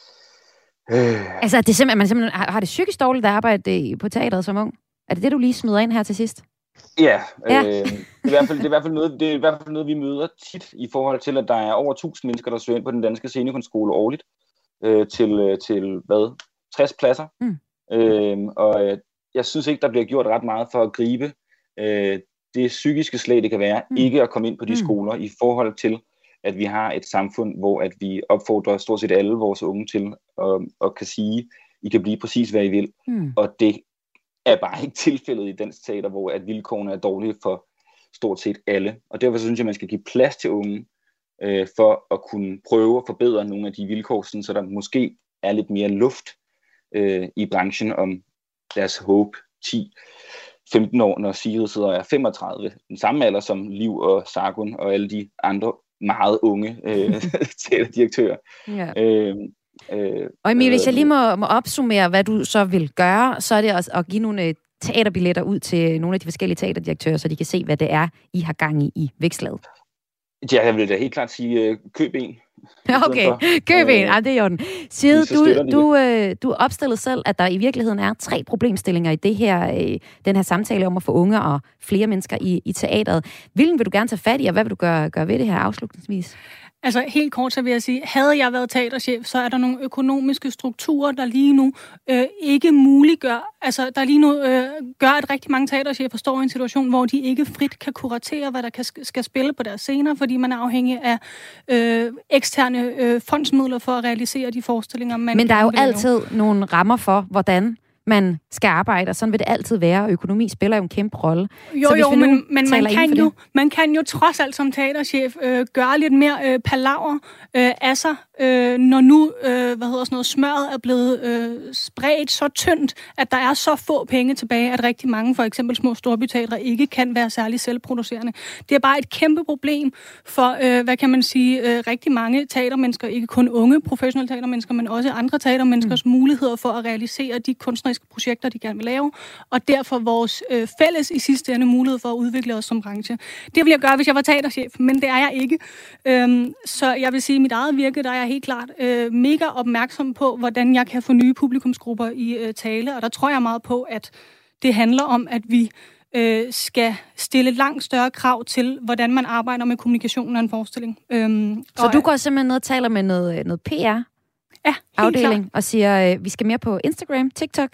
øh. Altså, det er simpelthen, man simpelthen har, har det psykisk dårligt at arbejde på teateret som ung? Er det det, du lige smider ind her til sidst? Ja, ja. Øh, det, er i hvert fald, det, er i hvert fald noget, det er i hvert fald noget, vi møder tit i forhold til, at der er over tusind mennesker, der søger ind på den danske scenekunstskole årligt øh, til, til, hvad, tres pladser. Mm. Øh, og øh, jeg synes ikke, der bliver gjort ret meget for at gribe øh, det psykiske slag, det kan være, mm. ikke at komme ind på de mm. skoler i forhold til, at vi har et samfund, hvor at vi opfordrer stort set alle vores unge til at, at kan sige, I kan blive præcis, hvad I vil. Mm. Og det er bare ikke tilfældet i dansk teater, hvor at vilkårene er dårlige for stort set alle. Og derfor synes jeg, at man skal give plads til unge, øh, for at kunne prøve at forbedre nogle af de vilkår, sådan, så der måske er lidt mere luft øh, i branchen om deres håb ti femten år, når Sigrid sidder og er femogtredive. Den samme alder som Liv og Sargun og alle de andre meget unge øh, teaterdirektører. Ja. Øh, Øh, og Emil, hvis jeg lige må, må opsummere, hvad du så vil gøre, så er det også at give nogle teaterbilletter ud til nogle af de forskellige teaterdirektører, så de kan se, hvad det er, I har gang i i vækslaget. Ja, jeg vil da helt klart sige, køb en. Okay, køb en. Ja, det er jo den. Sigrid, du, du, øh, du opstillede selv, at der i virkeligheden er tre problemstillinger i det her, øh, den her samtale om at få unge og flere mennesker i, i teateret. Hvilken vil du gerne tage fat i, og hvad vil du gøre, gøre ved det her afslutningsvis? Altså helt kort så vil jeg sige, havde jeg været teaterchef, så er der nogle økonomiske strukturer, der lige nu øh, ikke muliggør, altså der lige nu øh, gør, at rigtig mange teaterchefer står i en situation, hvor de ikke frit kan kuratere, hvad der kan, skal spille på deres scener, fordi man er afhængig af øh, eksterne øh, fondsmidler for at realisere de forestillinger, man Men der er jo altid lave. nogle rammer for, hvordan man skal arbejde, og sådan vil det altid være. Økonomi spiller jo en kæmpe rolle. Jo, jo, men, men man, kan jo, man kan jo trods alt som teaterchef øh, gøre lidt mere øh, palaver øh, af sig, øh, når nu øh, hvad hedder sådan noget, smøret er blevet øh, spredt så tyndt, at der er så få penge tilbage, at rigtig mange, for eksempel små storbyteatre, ikke kan være særlig selvproducerende. Det er bare et kæmpe problem for, øh, hvad kan man sige, øh, rigtig mange teatermennesker, ikke kun unge professionelle teatermennesker, men også andre teatermenneskers mm. muligheder for at realisere de kunstneriske projekter, de gerne vil lave, og derfor vores øh, fælles i sidste ende mulighed for at udvikle os som branche. Det ville jeg gøre, hvis jeg var teaterchef, men det er jeg ikke. Øhm, så jeg vil sige, at mit eget virke, der er jeg helt klart øh, mega opmærksom på, hvordan jeg kan få nye publikumsgrupper i øh, tale, og der tror jeg meget på, at det handler om, at vi øh, skal stille langt større krav til, hvordan man arbejder med kommunikationen af en forestilling. Øhm, så du går simpelthen ned og taler med noget, noget P R? Ja, afdeling, klart. Og siger, øh, vi skal mere på Instagram, TikTok?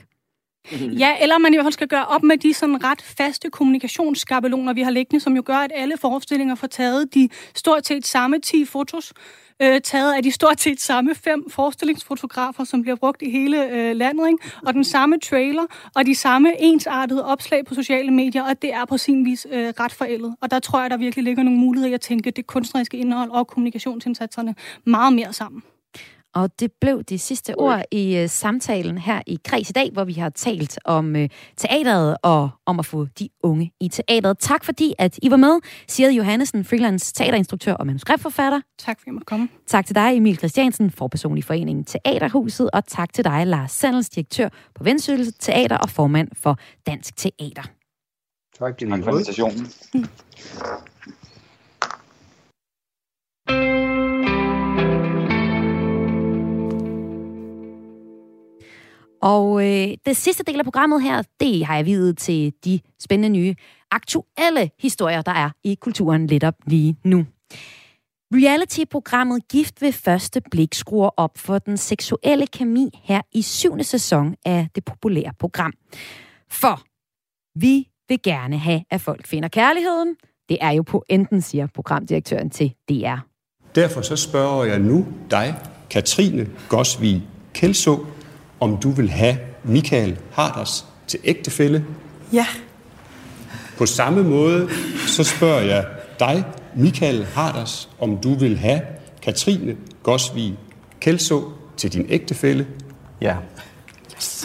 Ja, eller man i hvert fald skal gøre op med de sådan ret faste kommunikationsskabeloner, vi har liggende, som jo gør, at alle forestillinger får taget de stort set samme ti fotos, øh, taget af de stort set samme fem forestillingsfotografer, som bliver brugt i hele øh, landet, ikke? Og den samme trailer, og de samme ensartede opslag på sociale medier, og det er på sin vis øh, ret forældet. Og der tror jeg, der virkelig ligger nogle muligheder i at tænke det kunstneriske indhold og kommunikationsindsatserne meget mere sammen. Og det blev de sidste ord i uh, samtalen her i Kreds i dag, hvor vi har talt om uh, teateret og om at få de unge i teateret. Tak fordi, at I var med, siger Johannesen, freelance teaterinstruktør og manuskriptforfatter. Tak fordi I måtte komme. Tak til dig, Emil Christiansen, forperson i foreningen Teaterhuset, og tak til dig, Lars Sandels, direktør på Vendsyssel Teater og formand for Dansk Teater. Tak til invitationen. Mm. Og øh, det sidste del af programmet her, det har jeg videt til de spændende nye aktuelle historier, der er i kulturen lidt op lige nu. Reality-programmet Gift ved første blik skruer op for den seksuelle kemi her i syvende sæson af det populære program. For vi vil gerne have, at folk finder kærligheden. Det er jo pointen, siger programdirektøren til D R. Derfor så spørger jeg nu dig, Katrine Gosvig Kjeldså, om du vil have Michael Harders til ægtefælle? Ja. På samme måde, så spørger jeg dig, Michael Harders, om du vil have Katrine Gosvig Kjeldså til din ægtefælle? Ja. Yes.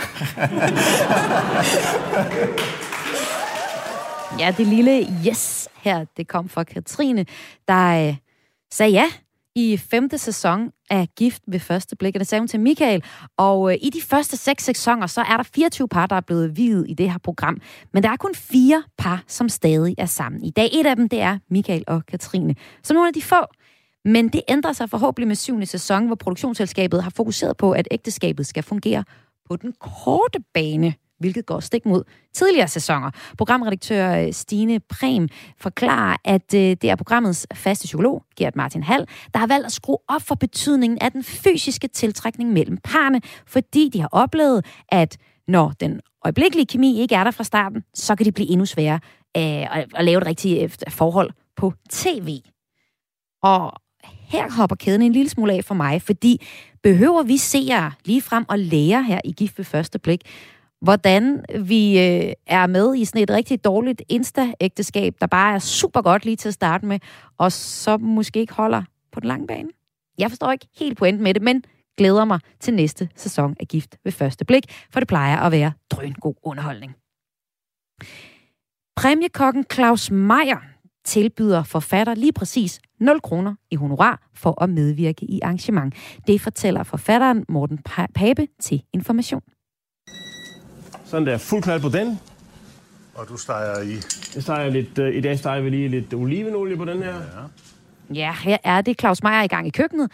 Ja, det lille yes her, det kom fra Katrine, der øh, sagde ja i femte sæson af Gift ved første blik, og det sagde hun til Michael. Og øh, i de første seks sæsoner, så er der fireogtyve par, der er blevet viet i det her program. Men der er kun fire par, som stadig er sammen i dag. Et af dem, det er Michael og Katrine. Så nogle af de få. Men det ændrer sig forhåbentlig med syvende sæson, hvor produktionsselskabet har fokuseret på, at ægteskabet skal fungere på den korte bane, hvilket går stik mod tidligere sæsoner. Programredaktør Stine Prem forklarer, at det er programmets faste psykolog, Gert Martin Hall, der har valgt at skrue op for betydningen af den fysiske tiltrækning mellem parne, fordi de har oplevet, at når den øjeblikkelige kemi ikke er der fra starten, så kan det blive endnu sværere at, at lave et rigtigt forhold på tv. Og her hopper kæden en lille smule af for mig, fordi behøver vi seere lige frem og lære her i Gift ved første blik, hvordan vi øh, er med i sådan et rigtig dårligt insta-ægteskab, der bare er super godt lige til at starte med, og så måske ikke holder på den lange bane. Jeg forstår ikke helt pointen med det, men glæder mig til næste sæson af Gift ved første blik, for det plejer at være drøngod underholdning. Præmiekokken Claus Meyer tilbyder forfatter lige præcis nul kroner i honorar for at medvirke i arrangement. Det fortæller forfatteren Morten Pape til Information. Sådan der, fuld knald på den. Og du steger i? Jeg steger lidt, uh, I dag steger vi lige lidt olivenolie på den her. Ja. Ja, her er det Claus Meyer i gang i køkkenet.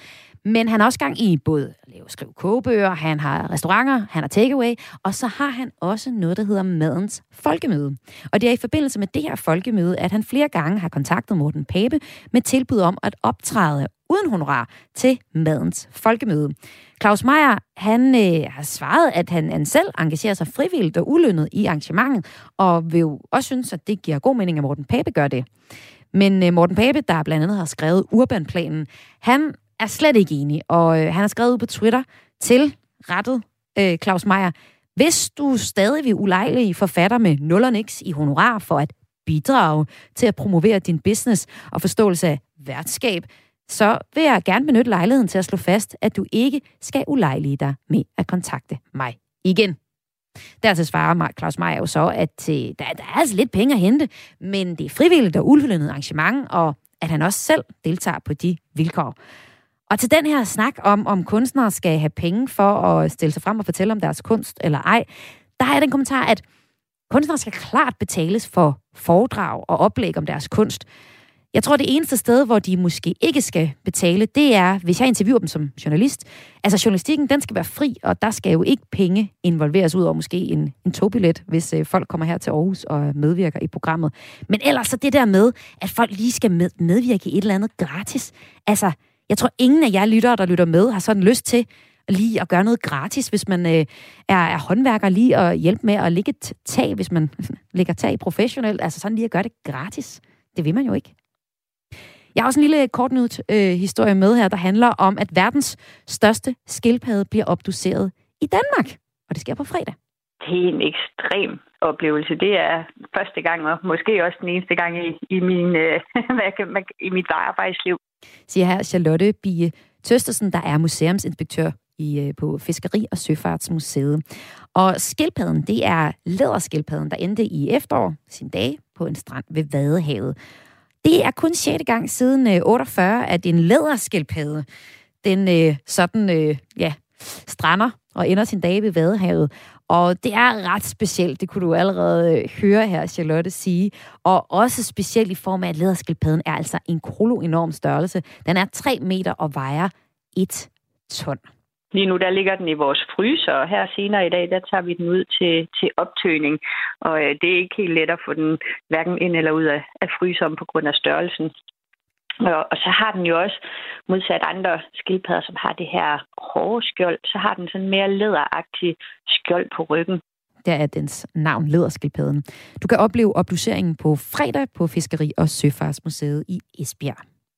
Men han har også gang i både at lave, skrive kogebøger, han har restauranter, han har takeaway, og så har han også noget, der hedder Madens Folkemøde. Og det er i forbindelse med det her folkemøde, at han flere gange har kontaktet Morten Pape med tilbud om at optræde uden honorar til Madens Folkemøde. Claus Meyer, han øh, har svaret, at han, han selv engagerer sig frivilligt og ulønnet i arrangementet, og vil jo også synes, at det giver god mening, at Morten Pape gør det. Men øh, Morten Pape, der blandt andet har skrevet Urbanplanen, han er slet ikke enig, og øh, han har skrevet ud på Twitter til rettet øh, Claus Meyer: hvis du stadig vil ulejlige forfatter med nul og niks i honorar for at bidrage til at promovere din business og forståelse af værtskab, så vil jeg gerne benytte lejligheden til at slå fast, at du ikke skal ulejlige dig med at kontakte mig igen. Dertil svarer Claus Meyer jo så, at øh, der, der er altså lidt penge at hente, men det er frivilligt og ulønnet arrangement, og at han også selv deltager på de vilkår. Og til den her snak om, om kunstnere skal have penge for at stille sig frem og fortælle om deres kunst eller ej, der har jeg den kommentar, at kunstnere skal klart betales for foredrag og oplæg om deres kunst. Jeg tror, det eneste sted, hvor de måske ikke skal betale, det er, hvis jeg interviewer dem som journalist. Altså, journalistikken, den skal være fri, og der skal jo ikke penge involveres ud over måske en, en togbillet, hvis øh, folk kommer her til Aarhus og medvirker i programmet. Men ellers så det der med, at folk lige skal med, medvirke i et eller andet gratis. Altså, jeg tror, ingen af jer lyttere, der lytter med, har sådan lyst til lige at gøre noget gratis, hvis man øh, er, er håndværker, lige at hjælpe med at lægge et tag, hvis man lægger tag professionelt. Altså sådan lige at gøre det gratis. Det vil man jo ikke. Jeg har også en lille kortnydt øh, historie med her, der handler om, at verdens største skildpadde bliver obduceret i Danmark. Og det sker på fredag. Det er en ekstrem oplevelse. Det er første gang, og måske også den eneste gang i, i, min, øh, i mit arbejdsliv. Siger her Charlotte Bie Tøstersen, der er museumsinspektør i, øh, på Fiskeri- og Søfartsmuseet. Og skildpadden, det er læderskildpadden, der endte i efterår sin dage på en strand ved Vadehavet. Det er kun sjette gang siden øh, otteogfyrre, at en læderskildpadde, den øh, sådan, øh, ja, strander og ender sin dage ved Vadehavet. Og det er ret specielt, det kunne du allerede øh, høre her, Charlotte sige. Og også specielt i form af, at læderskildpadden er altså en kolo-enorm størrelse. Den er tre meter og vejer et ton. Lige nu, der ligger den i vores fryser, og her senere i dag, der tager vi den ud til, til optøning. Og øh, det er ikke helt let at få den hverken ind eller ud af, af fryseren på grund af størrelsen. Og, og så har den jo også, modsat andre skildpadder, som har det her hårde skjold, så har den sådan mere læderagtig skjold på ryggen. Der er dens navn, læderskildpadden. Du kan opleve obduceringen på fredag på Fiskeri- og Søfartsmuseet i Esbjerg.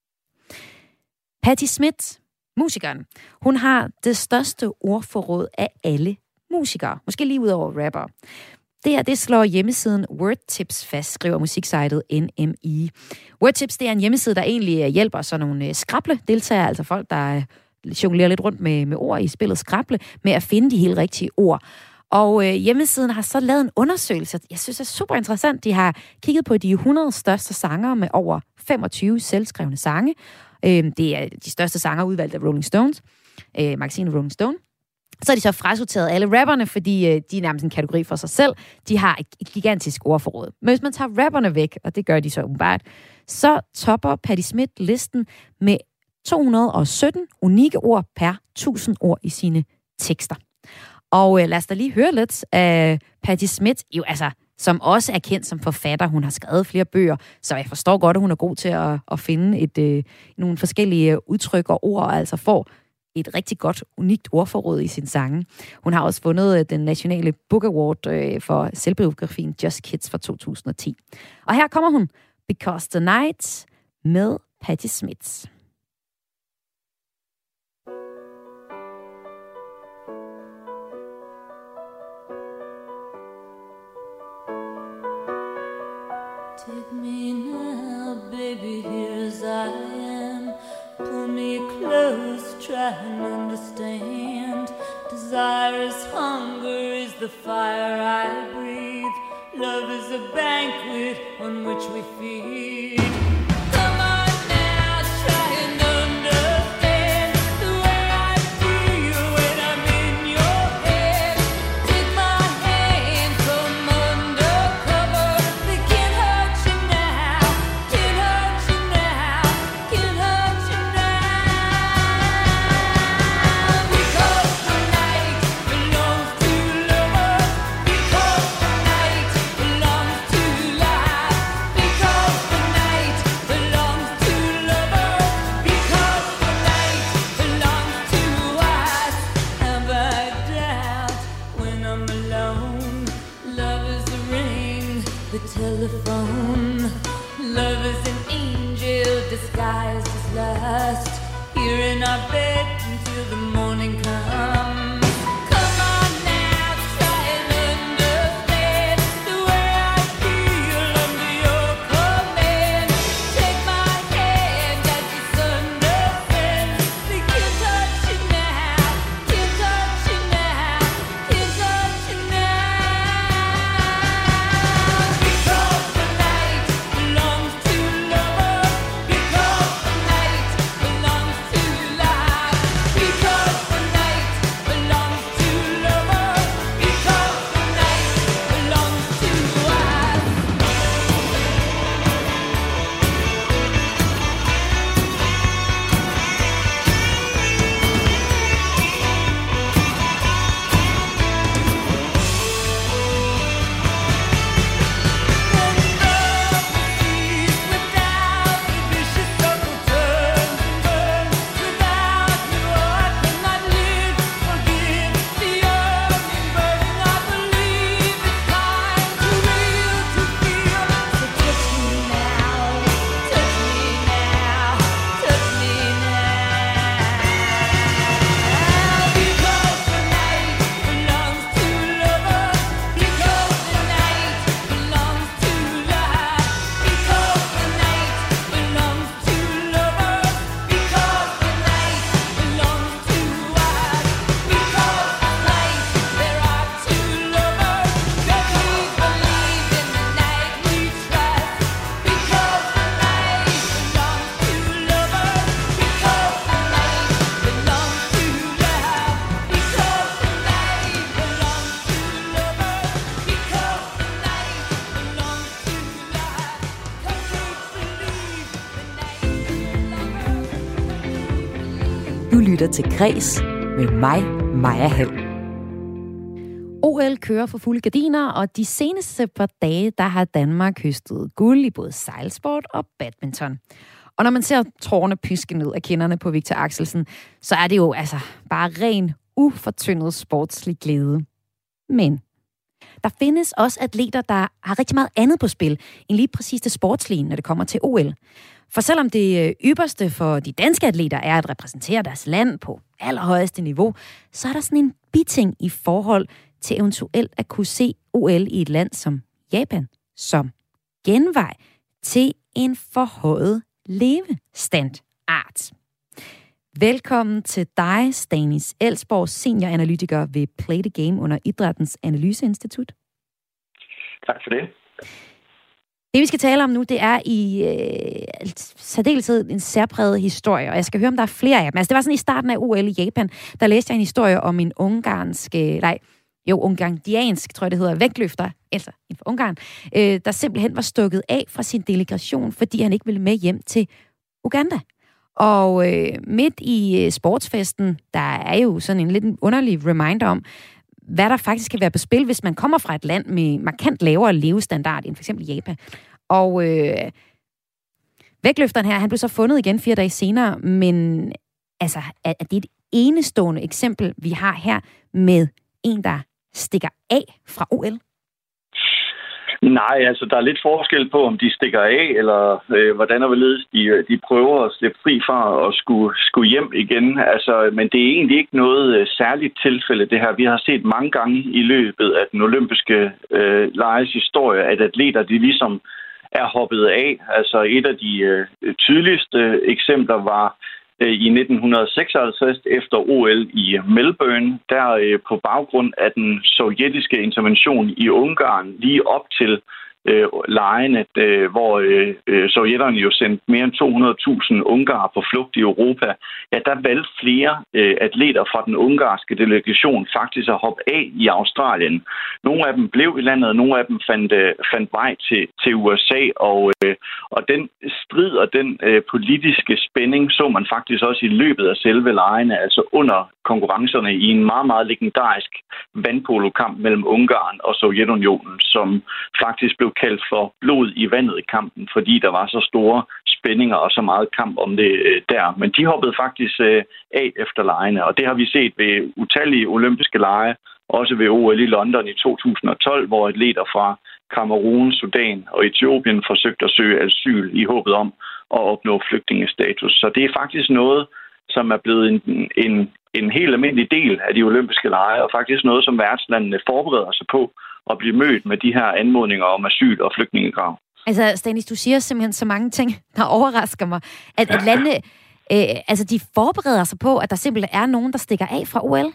Patti Smith, musikeren, hun har det største ordforråd af alle musikere. Måske lige ud over rapper. Det her, det slår hjemmesiden Wordtips fast, skriver musiksitet N M I. Wordtips, det er en hjemmeside, der egentlig hjælper sådan nogle skrable-deltagere, altså folk, der jonglerer lidt rundt med, med ord i spillet skrable, med at finde de helt rigtige ord. Og øh, hjemmesiden har så lavet en undersøgelse, jeg synes er super interessant. De har kigget på de hundrede største sangere med over femogtyve selvskrevne sange. Øh, det er de største sangere udvalgt af Rolling Stones, øh, magasinet Rolling Stone. Så har de så frasorteret alle rapperne, fordi øh, de er nærmest en kategori for sig selv. De har et, et gigantisk ordforråd. Men hvis man tager rapperne væk, og det gør de så umiddelbart, så topper Patti Smith listen med to hundrede og sytten unikke ord per tusind ord i sine tekster. Og øh, lad os da lige høre lidt af Patti Smith, jo altså, som også er kendt som forfatter. Hun har skrevet flere bøger, så jeg forstår godt, at hun er god til at, at finde et, øh, nogle forskellige udtryk og ord, og altså får et rigtig godt, unikt ordforråd i sin sange. Hun har også vundet den nationale Book Award øh, for selvbiografien Just Kids fra to tusind og ti. Og her kommer hun, Because the Night, med Patti Smith. Take me now, baby, here as I am. Pull me close, try and understand. Desire is hunger, is the fire I breathe. Love is a banquet on which we feed. Come on now, try and understand the way I feel when I'm in your head. Take my hand, come undercover. They can't hurt you now, can't hurt you now, can't hurt you now. my bed until the morning comes. Come on now, try and understand the way I feel under your command. Take my hand as the sun descends. We can touch you now, can touch you now, can touch you now. Because the night belongs to lovers. Because the night belongs to life. Because the night belongs to lovers. Because the night belongs to us. Without the vicious circle turns and burns. Without you I cannot live. Forgive the yearning burning. I believe it's time to real to feel. So touch me now, touch me now, touch me now. Because the night belongs to lovers. Because the night belongs to life. Because the night belongs to lovers. Because the night belongs to us. Because tonight there are two lovers. That we believe in the night we trust. Because the night belongs to lovers. Because the night belongs to love. Because the night belongs to lovers. Because the night belongs to love. Cause we believe the night. Du lytter til Græs med mig, Maja Hall. O L kører for fulde gardiner, og de seneste par dage, der har Danmark høstet guld i både sejlsport og badminton. Og når man ser tårerne piske ned af kinderne på Victor Axelsen, så er det jo altså bare ren, ufortyndet sportslig glæde. Men der findes også atleter, der har rigtig meget andet på spil, end lige præcis det sportslige, når det kommer til O L. For selvom det ypperste for de danske atleter er at repræsentere deres land på allerhøjeste niveau, så er der sådan en biting i forhold til eventuelt at kunne se O L i et land som Japan som genvej til en forhøjet levestandard. Velkommen til dig, Stanis Elsborg, senioranalytiker ved Play the Game under Idrættens Analyseinstitut. Tak for det. Det, vi skal tale om nu, det er i øh, særdeleshed en særpræget historie, og jeg skal høre, om der er flere af dem. Altså, det var sådan i starten af O L i Japan, der læste jeg en historie om en ungarsk, øh, nej, jo, ungardiansk, tror jeg det hedder, vægtløfter, altså inden for Ungarn, øh, der simpelthen var stukket af fra sin delegation, fordi han ikke ville med hjem til Uganda. Og øh, midt i øh, sportsfesten, der er jo sådan en lidt underlig reminder om, hvad der faktisk kan være på spil, hvis man kommer fra et land med markant lavere levestandard end for eksempel Japan. Og øh, vægtløfteren her, han blev så fundet igen fire dage senere, men altså, er, er det et enestående eksempel, vi har her med en, der stikker af fra O L? Nej, altså der er lidt forskel på, om de stikker af, eller øh, hvordan og hvorledes de, de prøver at slippe fri fra og skulle, skulle hjem igen. Altså, men det er egentlig ikke noget øh, særligt tilfælde, det her. Vi har set mange gange i løbet af den olympiske øh, lejes historie, at atleter, de ligesom er hoppet af. Altså et af de øh, tydeligste eksempler var i nitten seksoghalvtreds efter O L i Melbourne, der på baggrund af den sovjetiske intervention i Ungarn lige op til øh, legene, øh, hvor øh, sovjetterne jo sendte mere end to hundrede tusind ungarer på flugt i Europa, ja, der valgte flere øh, atleter fra den ungarske delegation faktisk at hoppe af i Australien. Nogle af dem blev i landet, og nogle af dem fandt, øh, fandt vej til, til U S A, og, øh, og den strid og den øh, politiske spænding så man faktisk også i løbet af selve legene, altså under konkurrencerne i en meget, meget legendarisk vandpolokamp mellem Ungarn og Sovjetunionen, som faktisk blev kaldt for blod i vandet i kampen, fordi der var så store spændinger og så meget kamp om det øh, der. Men de hoppede faktisk øh, af efter legene, og det har vi set ved utallige olympiske lege, også ved O L i London i to tusind og tolv, hvor atleter fra Kamerun, Sudan og Etiopien forsøgte at søge asyl i håbet om at opnå flygtningestatus. Så det er faktisk noget, som er blevet en, en, en helt almindelig del af de olympiske lege, og faktisk noget, som værtslandene forbereder sig på at blive mødt med de her anmodninger om asyl og flygtningekrav. Altså, Stanis, du siger simpelthen så mange ting, der overrasker mig. At, at landene, øh, altså, de forbereder sig på, at der simpelthen er nogen, der stikker af fra O L?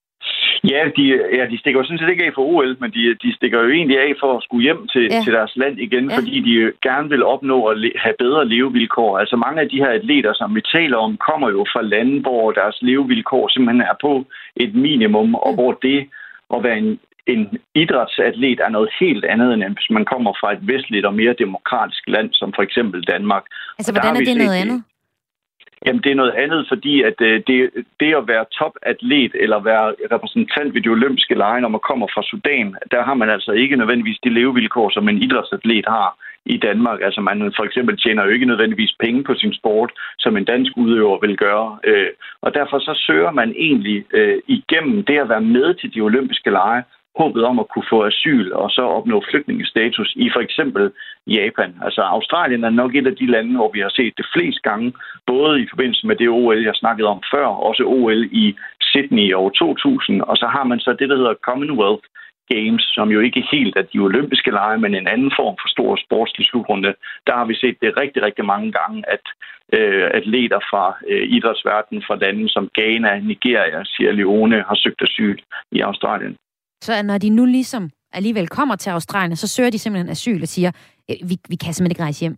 Ja, de, ja, de stikker jo sådan set ikke af for O L, men de, de stikker jo egentlig af for at skulle hjem til, ja. til deres land igen, ja. fordi de gerne vil opnå at le- have bedre levevilkår. Altså mange af de her atleter, som vi taler om, kommer jo fra lande, hvor deres levevilkår simpelthen er på et minimum, og hvor det at være en, en idrætsatlet er noget helt andet, end hvis man kommer fra et vestligt og mere demokratisk land, som for eksempel Danmark. Altså, hvordan er det noget andet? Jamen, det er noget andet, fordi at øh, det, det at være topatlet eller være repræsentant ved de olympiske lege, når man kommer fra Sudan, der har man altså ikke nødvendigvis de levevilkår, som en idrætsatlet har i Danmark. Altså, man for eksempel tjener jo ikke nødvendigvis penge på sin sport, som en dansk udøver vil gøre. Øh, og derfor så søger man egentlig øh, igennem det at være med til de olympiske lege, håbet om at kunne få asyl og så opnå flygtningestatus i for eksempel Japan. Altså Australien er nok et af de lande, hvor vi har set det flest gange, både i forbindelse med det O L, jeg snakkede om før, også O L i Sydney i år to tusind, og så har man så det, der hedder Commonwealth Games, som jo ikke helt er de olympiske lege, men en anden form for stor sportslig slutrunde. Der har vi set det rigtig, rigtig mange gange, at øh, atleter fra øh, idrætsverdenen fra lande som Ghana, Nigeria, Sierra Leone har søgt asyl i Australien. Så når de nu ligesom alligevel kommer til Australien, så søger de simpelthen asyl og siger, vi, vi kan simpelthen ikke rejse hjem?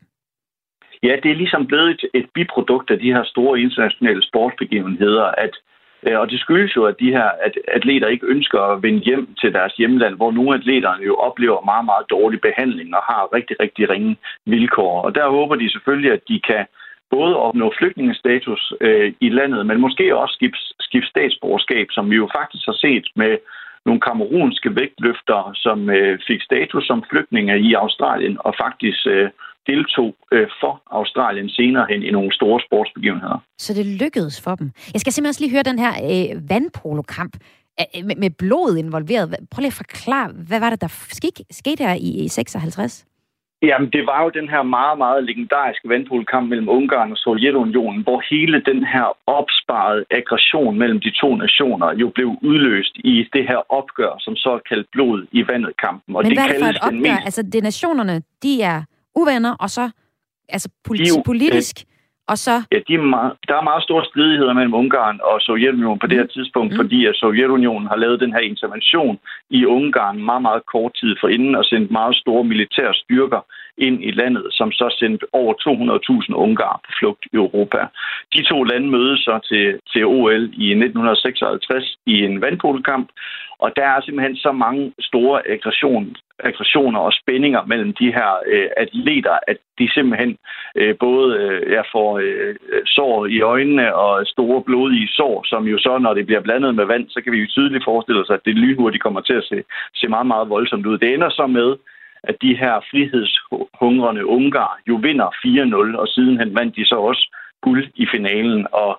Ja, det er ligesom blevet et, et biprodukt af de her store internationale sportsbegivenheder, at, og det skyldes jo, at de her at atleter ikke ønsker at vende hjem til deres hjemland, hvor nogle atleterne jo oplever meget, meget dårlig behandling og har rigtig, rigtig ringe vilkår. Og der håber de selvfølgelig, at de kan både opnå flygtningestatus øh, i landet, men måske også skifte, skifte statsborgerskab, som vi jo faktisk har set med nogle kamerunske vægtløftere, som øh, fik status som flygtninge i Australien og faktisk øh, deltog øh, for Australien senere hen i nogle store sportsbegivenheder. Så det lykkedes for dem. Jeg skal simpelthen også lige høre den her øh, vandpolokamp øh, med, med blodet involveret. Prøv lige at forklare, hvad var det, der skete, skete her i, i seksoghalvtreds? Jamen, det var jo den her meget, meget legendariske vandpolkamp mellem Ungarn og Sovjetunionen, hvor hele den her opsparede aggression mellem de to nationer jo blev udløst i det her opgør, som så er kaldt blod i vandet-kampen. Og Men det hvad er det for et opgør? Mest... Altså, det nationerne, de er uvenner, og så altså politi- jo, politisk... Øh... Og så... Ja, de er meget, der er meget store stridigheder mellem Ungarn og Sovjetunionen på det her tidspunkt, mm. fordi at Sovjetunionen har lavet den her intervention i Ungarn meget, meget kort tid forinden og sendt meget store militære styrker ind i landet, som så sendte over to hundrede tusind ungarer på flugt i Europa. De to lande mødes så til, til O L i nitten seksoghalvtreds i en vandpolokamp, og der er simpelthen så mange store aggression, aggressioner og spændinger mellem de her øh, atleter, at de simpelthen øh, både øh, ja, får øh, sår i øjnene og store blodige sår, som jo så, når det bliver blandet med vand, så kan vi jo tydeligt forestille os, at det lynhurtigt kommer til at se, se meget, meget voldsomt ud. Det ender så med, at de her frihedshungrende ungarer jo vinder fire nul, og sidenhen vandt de så også guld i finalen, og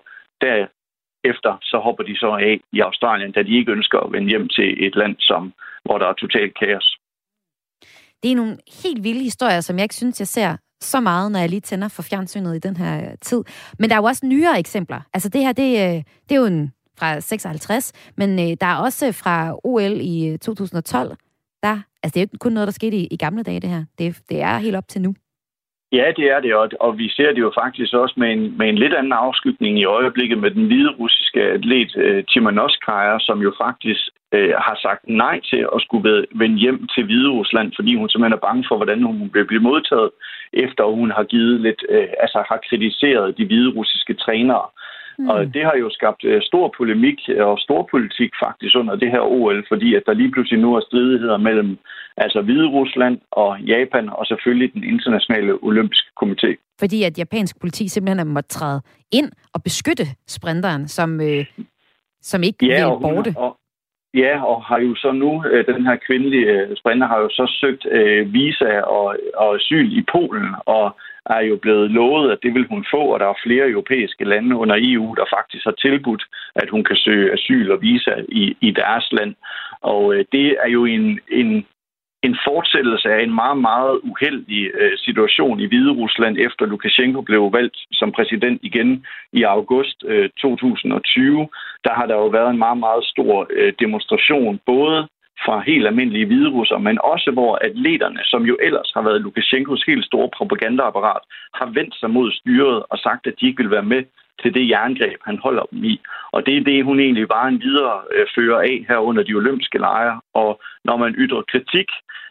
derefter så hopper de så af i Australien, da de ikke ønsker at vende hjem til et land, som, hvor der er totalt kaos. Det er nogle helt vilde historier, som jeg ikke synes, jeg ser så meget, når jeg lige tænder for fjernsynet i den her tid. Men der er jo også nyere eksempler. Altså det her, det, det er jo en fra seksoghalvtreds, men der er også fra O L i to tusind og tolv, der, altså det er jo ikke kun noget, der skete i, i gamle dage, det her. Det, det er helt op til nu. Ja, det er det, og, og vi ser det jo faktisk også med en, med en lidt anden afskygning i øjeblikket med den hvide russiske atlet uh, Timanovskaya, som jo faktisk uh, har sagt nej til at skulle vende hjem til Hviderusland, fordi hun simpelthen er bange for, hvordan hun vil blive modtaget, efter hun har givet lidt, uh, altså har kritiseret de hvide russiske trænere. Mm. Og det har jo skabt uh, stor polemik og stor politik faktisk under det her O L, fordi at der lige pludselig nu er stridigheder mellem altså Hviderusland og Japan og selvfølgelig den internationale olympiske komité. Fordi at japansk politi simpelthen har måttet træde ind og beskytte sprinteren, som, øh, som ikke ja, vil borte. Og, ja, og har jo så nu, øh, den her kvindelige øh, sprinter har jo så søgt øh, visa og, og asyl i Polen, og er jo blevet lovet, at det vil hun få, og der er flere europæiske lande under E U, der faktisk har tilbudt, at hun kan søge asyl og visa i, i deres land. Og øh, det er jo en, en, en fortsættelse af en meget, meget uheldig øh, situation i Hvide Rusland, efter Lukashenko blev valgt som præsident igen i august øh, to tusind og tyve. Der har der jo været en meget, meget stor øh, demonstration, både fra helt almindelige hviderusser, men også hvor atleterne, som jo ellers har været Lukashenkos helt store propagandaapparat, har vendt sig mod styret og sagt, at de ikke vil være med til det jerngreb, han holder dem i. Og det er det, hun egentlig bare en videre øh, fører af her under de olympiske lejre. Og når man ytrer kritik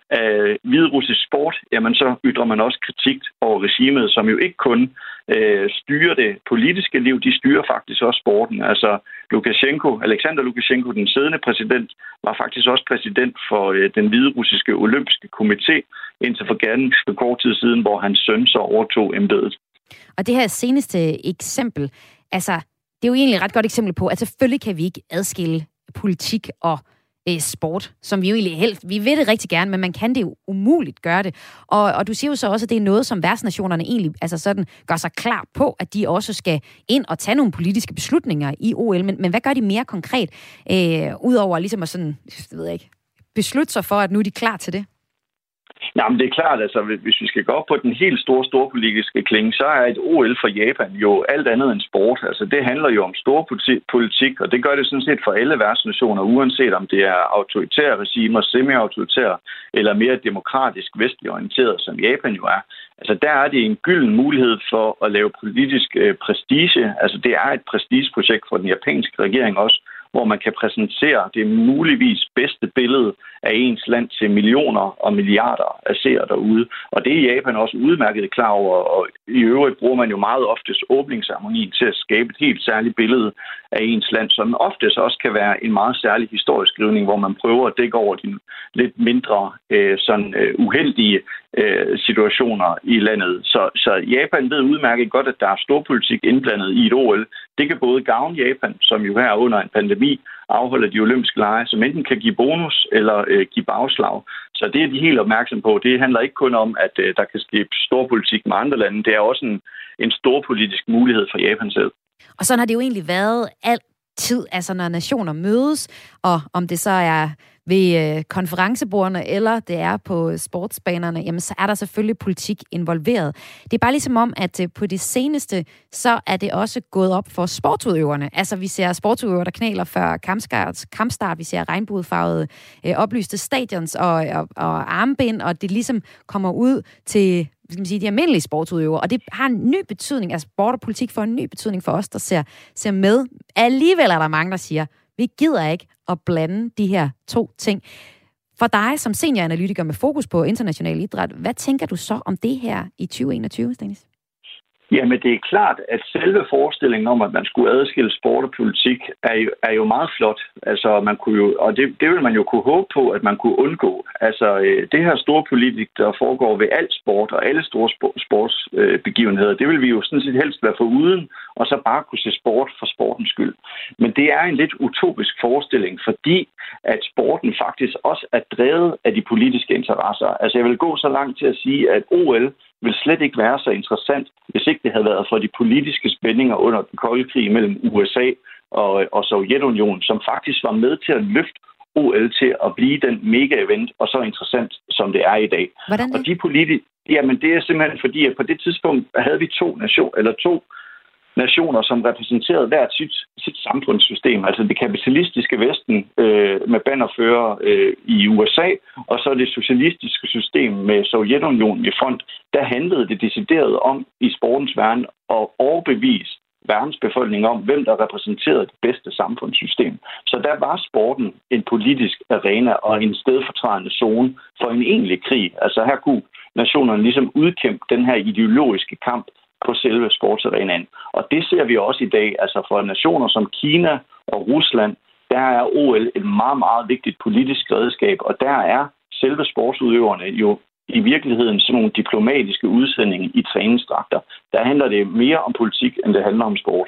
af hviderussisk sport, jamen så ytrer man også kritik over regimet, som jo ikke kun øh, styrer det politiske liv, de styrer faktisk også sporten. Altså Lukashenko, Alexander Lukashenko, den siddende præsident, var faktisk også præsident for øh, den hviderussiske olympiske komité indtil for ganske kort tid siden, hvor hans søn så overtog embedet. Og det her seneste eksempel, altså, det er jo egentlig et ret godt eksempel på, at selvfølgelig kan vi ikke adskille politik og øh, sport, som vi jo egentlig helst, vi vil det rigtig gerne, men man kan det jo umuligt gøre det. Og, og du siger jo så også, at det er noget, som værtsnationerne egentlig altså sådan, gør sig klar på, at de også skal ind og tage nogle politiske beslutninger i O L. Men, men hvad gør de mere konkret, øh, udover ligesom at sådan, jeg ved ikke, beslutte sig for, at nu er de klar til det? Jamen, det er klart, altså hvis vi skal gå op på den helt store, store politiske klinge, så er et O L for Japan jo alt andet end sport. Altså det handler jo om stor politik, og det gør det sådan set for alle værtsnationer, uanset om det er autoritære regimer, semi-autoritære eller mere demokratisk vestlig orienteret, som Japan jo er. Altså der er det en gylden mulighed for at lave politisk øh, prestige. Altså det er et prestigeprojekt for den japanske regering også, hvor man kan præsentere det muligvis bedste billede af ens land til millioner og milliarder af seere derude. Og det er Japan også udmærket klar over, og i øvrigt bruger man jo meget oftest åbningsceremonien til at skabe et helt særligt billede af ens land, som oftest også kan være en meget særlig historieskrivning, hvor man prøver at dække over de lidt mindre øh, sådan, øh, uheldige øh, situationer i landet. Så, så Japan ved udmærket godt, at der er storpolitik indblandet i et O L. Det kan både gavne Japan, som jo her under en pandemi afholder de olympiske lege, som enten kan give bonus eller øh, give bagslag. Så det er de helt opmærksom på. Det handler ikke kun om, at øh, der kan ske storpolitik med andre lande. Det er også en, en storpolitisk mulighed for Japan selv. Og sådan har det jo egentlig været altid, altså når nationer mødes, og om det så er ved øh, konferencebordene, eller det er på sportsbanerne, jamen så er der selvfølgelig politik involveret. Det er bare ligesom om, at øh, på det seneste, så er det også gået op for sportsudøverne. Altså vi ser sportsudøvere, der knæler før kampstart, kampstart. Vi ser regnbuefarvede øh, oplyste stadions og, og, og armbind, og det ligesom kommer ud til skal man sige, de almindelige sportsudøvere, og det har en ny betydning, altså sport og politik får en ny betydning for os, der ser, ser med. Alligevel er der mange, der siger, vi gider ikke at blande de her to ting. For dig som senioranalytiker med fokus på international idræt, hvad tænker du så om det her i tyve enogtyve, Stanis? Jamen, det er klart, at selve forestillingen om, at man skulle adskille sport og politik, er jo, er jo meget flot. Altså, man kunne jo, og det, det vil man jo kunne håbe på, at man kunne undgå. Altså, det her store politik, der foregår ved alt sport og alle store sportsbegivenheder, øh, det vil vi jo sådan set helst være foruden, og så bare kunne se sport for sportens skyld. Men det er en lidt utopisk forestilling, fordi at sporten faktisk også er drevet af de politiske interesser. Altså, jeg vil gå så langt til at sige, at O L vil slet ikke være så interessant, hvis ikke det havde været for de politiske spændinger under den kolde krig mellem U S A og, og Sovjetunionen, som faktisk var med til at løfte O L til at blive den mega-event, og så interessant, som det er i dag. Hvordan det? Og de politi- Jamen, det er simpelthen fordi, at på det tidspunkt havde vi to nation eller to nationer, som repræsenterede hvert sit, sit samfundssystem. Altså det kapitalistiske Vesten øh, med bannerfører øh, i U S A, og så det socialistiske system med Sovjetunionen i front. Der handlede det decideret om i sportens verden at overbevise verdens befolkning om, hvem der repræsenterede det bedste samfundssystem. Så der var sporten en politisk arena og en stedfortrædende zone for en egentlig krig. Altså her kunne nationerne ligesom udkæmpe den her ideologiske kamp på selve sportsarenaen. Og det ser vi også i dag. Altså for nationer som Kina og Rusland, der er O L et meget, meget vigtigt politisk redskab, og der er selve sportsudøverne jo i virkeligheden sådan nogle diplomatiske udsendinger i træningsdragter. Der handler det mere om politik, end det handler om sport.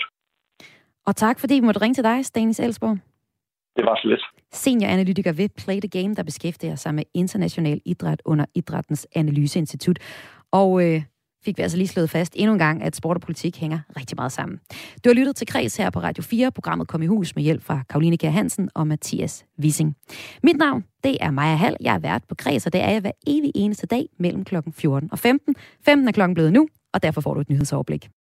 Og tak, fordi vi måtte ringe til dig, Stanis Elsborg. Det var så lidt. Senioranalytiker ved Play the Game, der beskæftiger sig med international idræt under Idrættens Analyseinstitut. Og øh, fik vi altså lige slået fast endnu en gang, at sport og politik hænger rigtig meget sammen. Du har lyttet til Kreds her på Radio fire. Programmet kom i hus med hjælp fra Karoline Kjær Hansen og Mathias Wissing. Mit navn, det er Maja Hall. Jeg er vært på Kreds, og det er jeg hver evig eneste dag mellem klokken fjorten og femten. femten er klokken blevet nu, og derfor får du et nyhedsoverblik.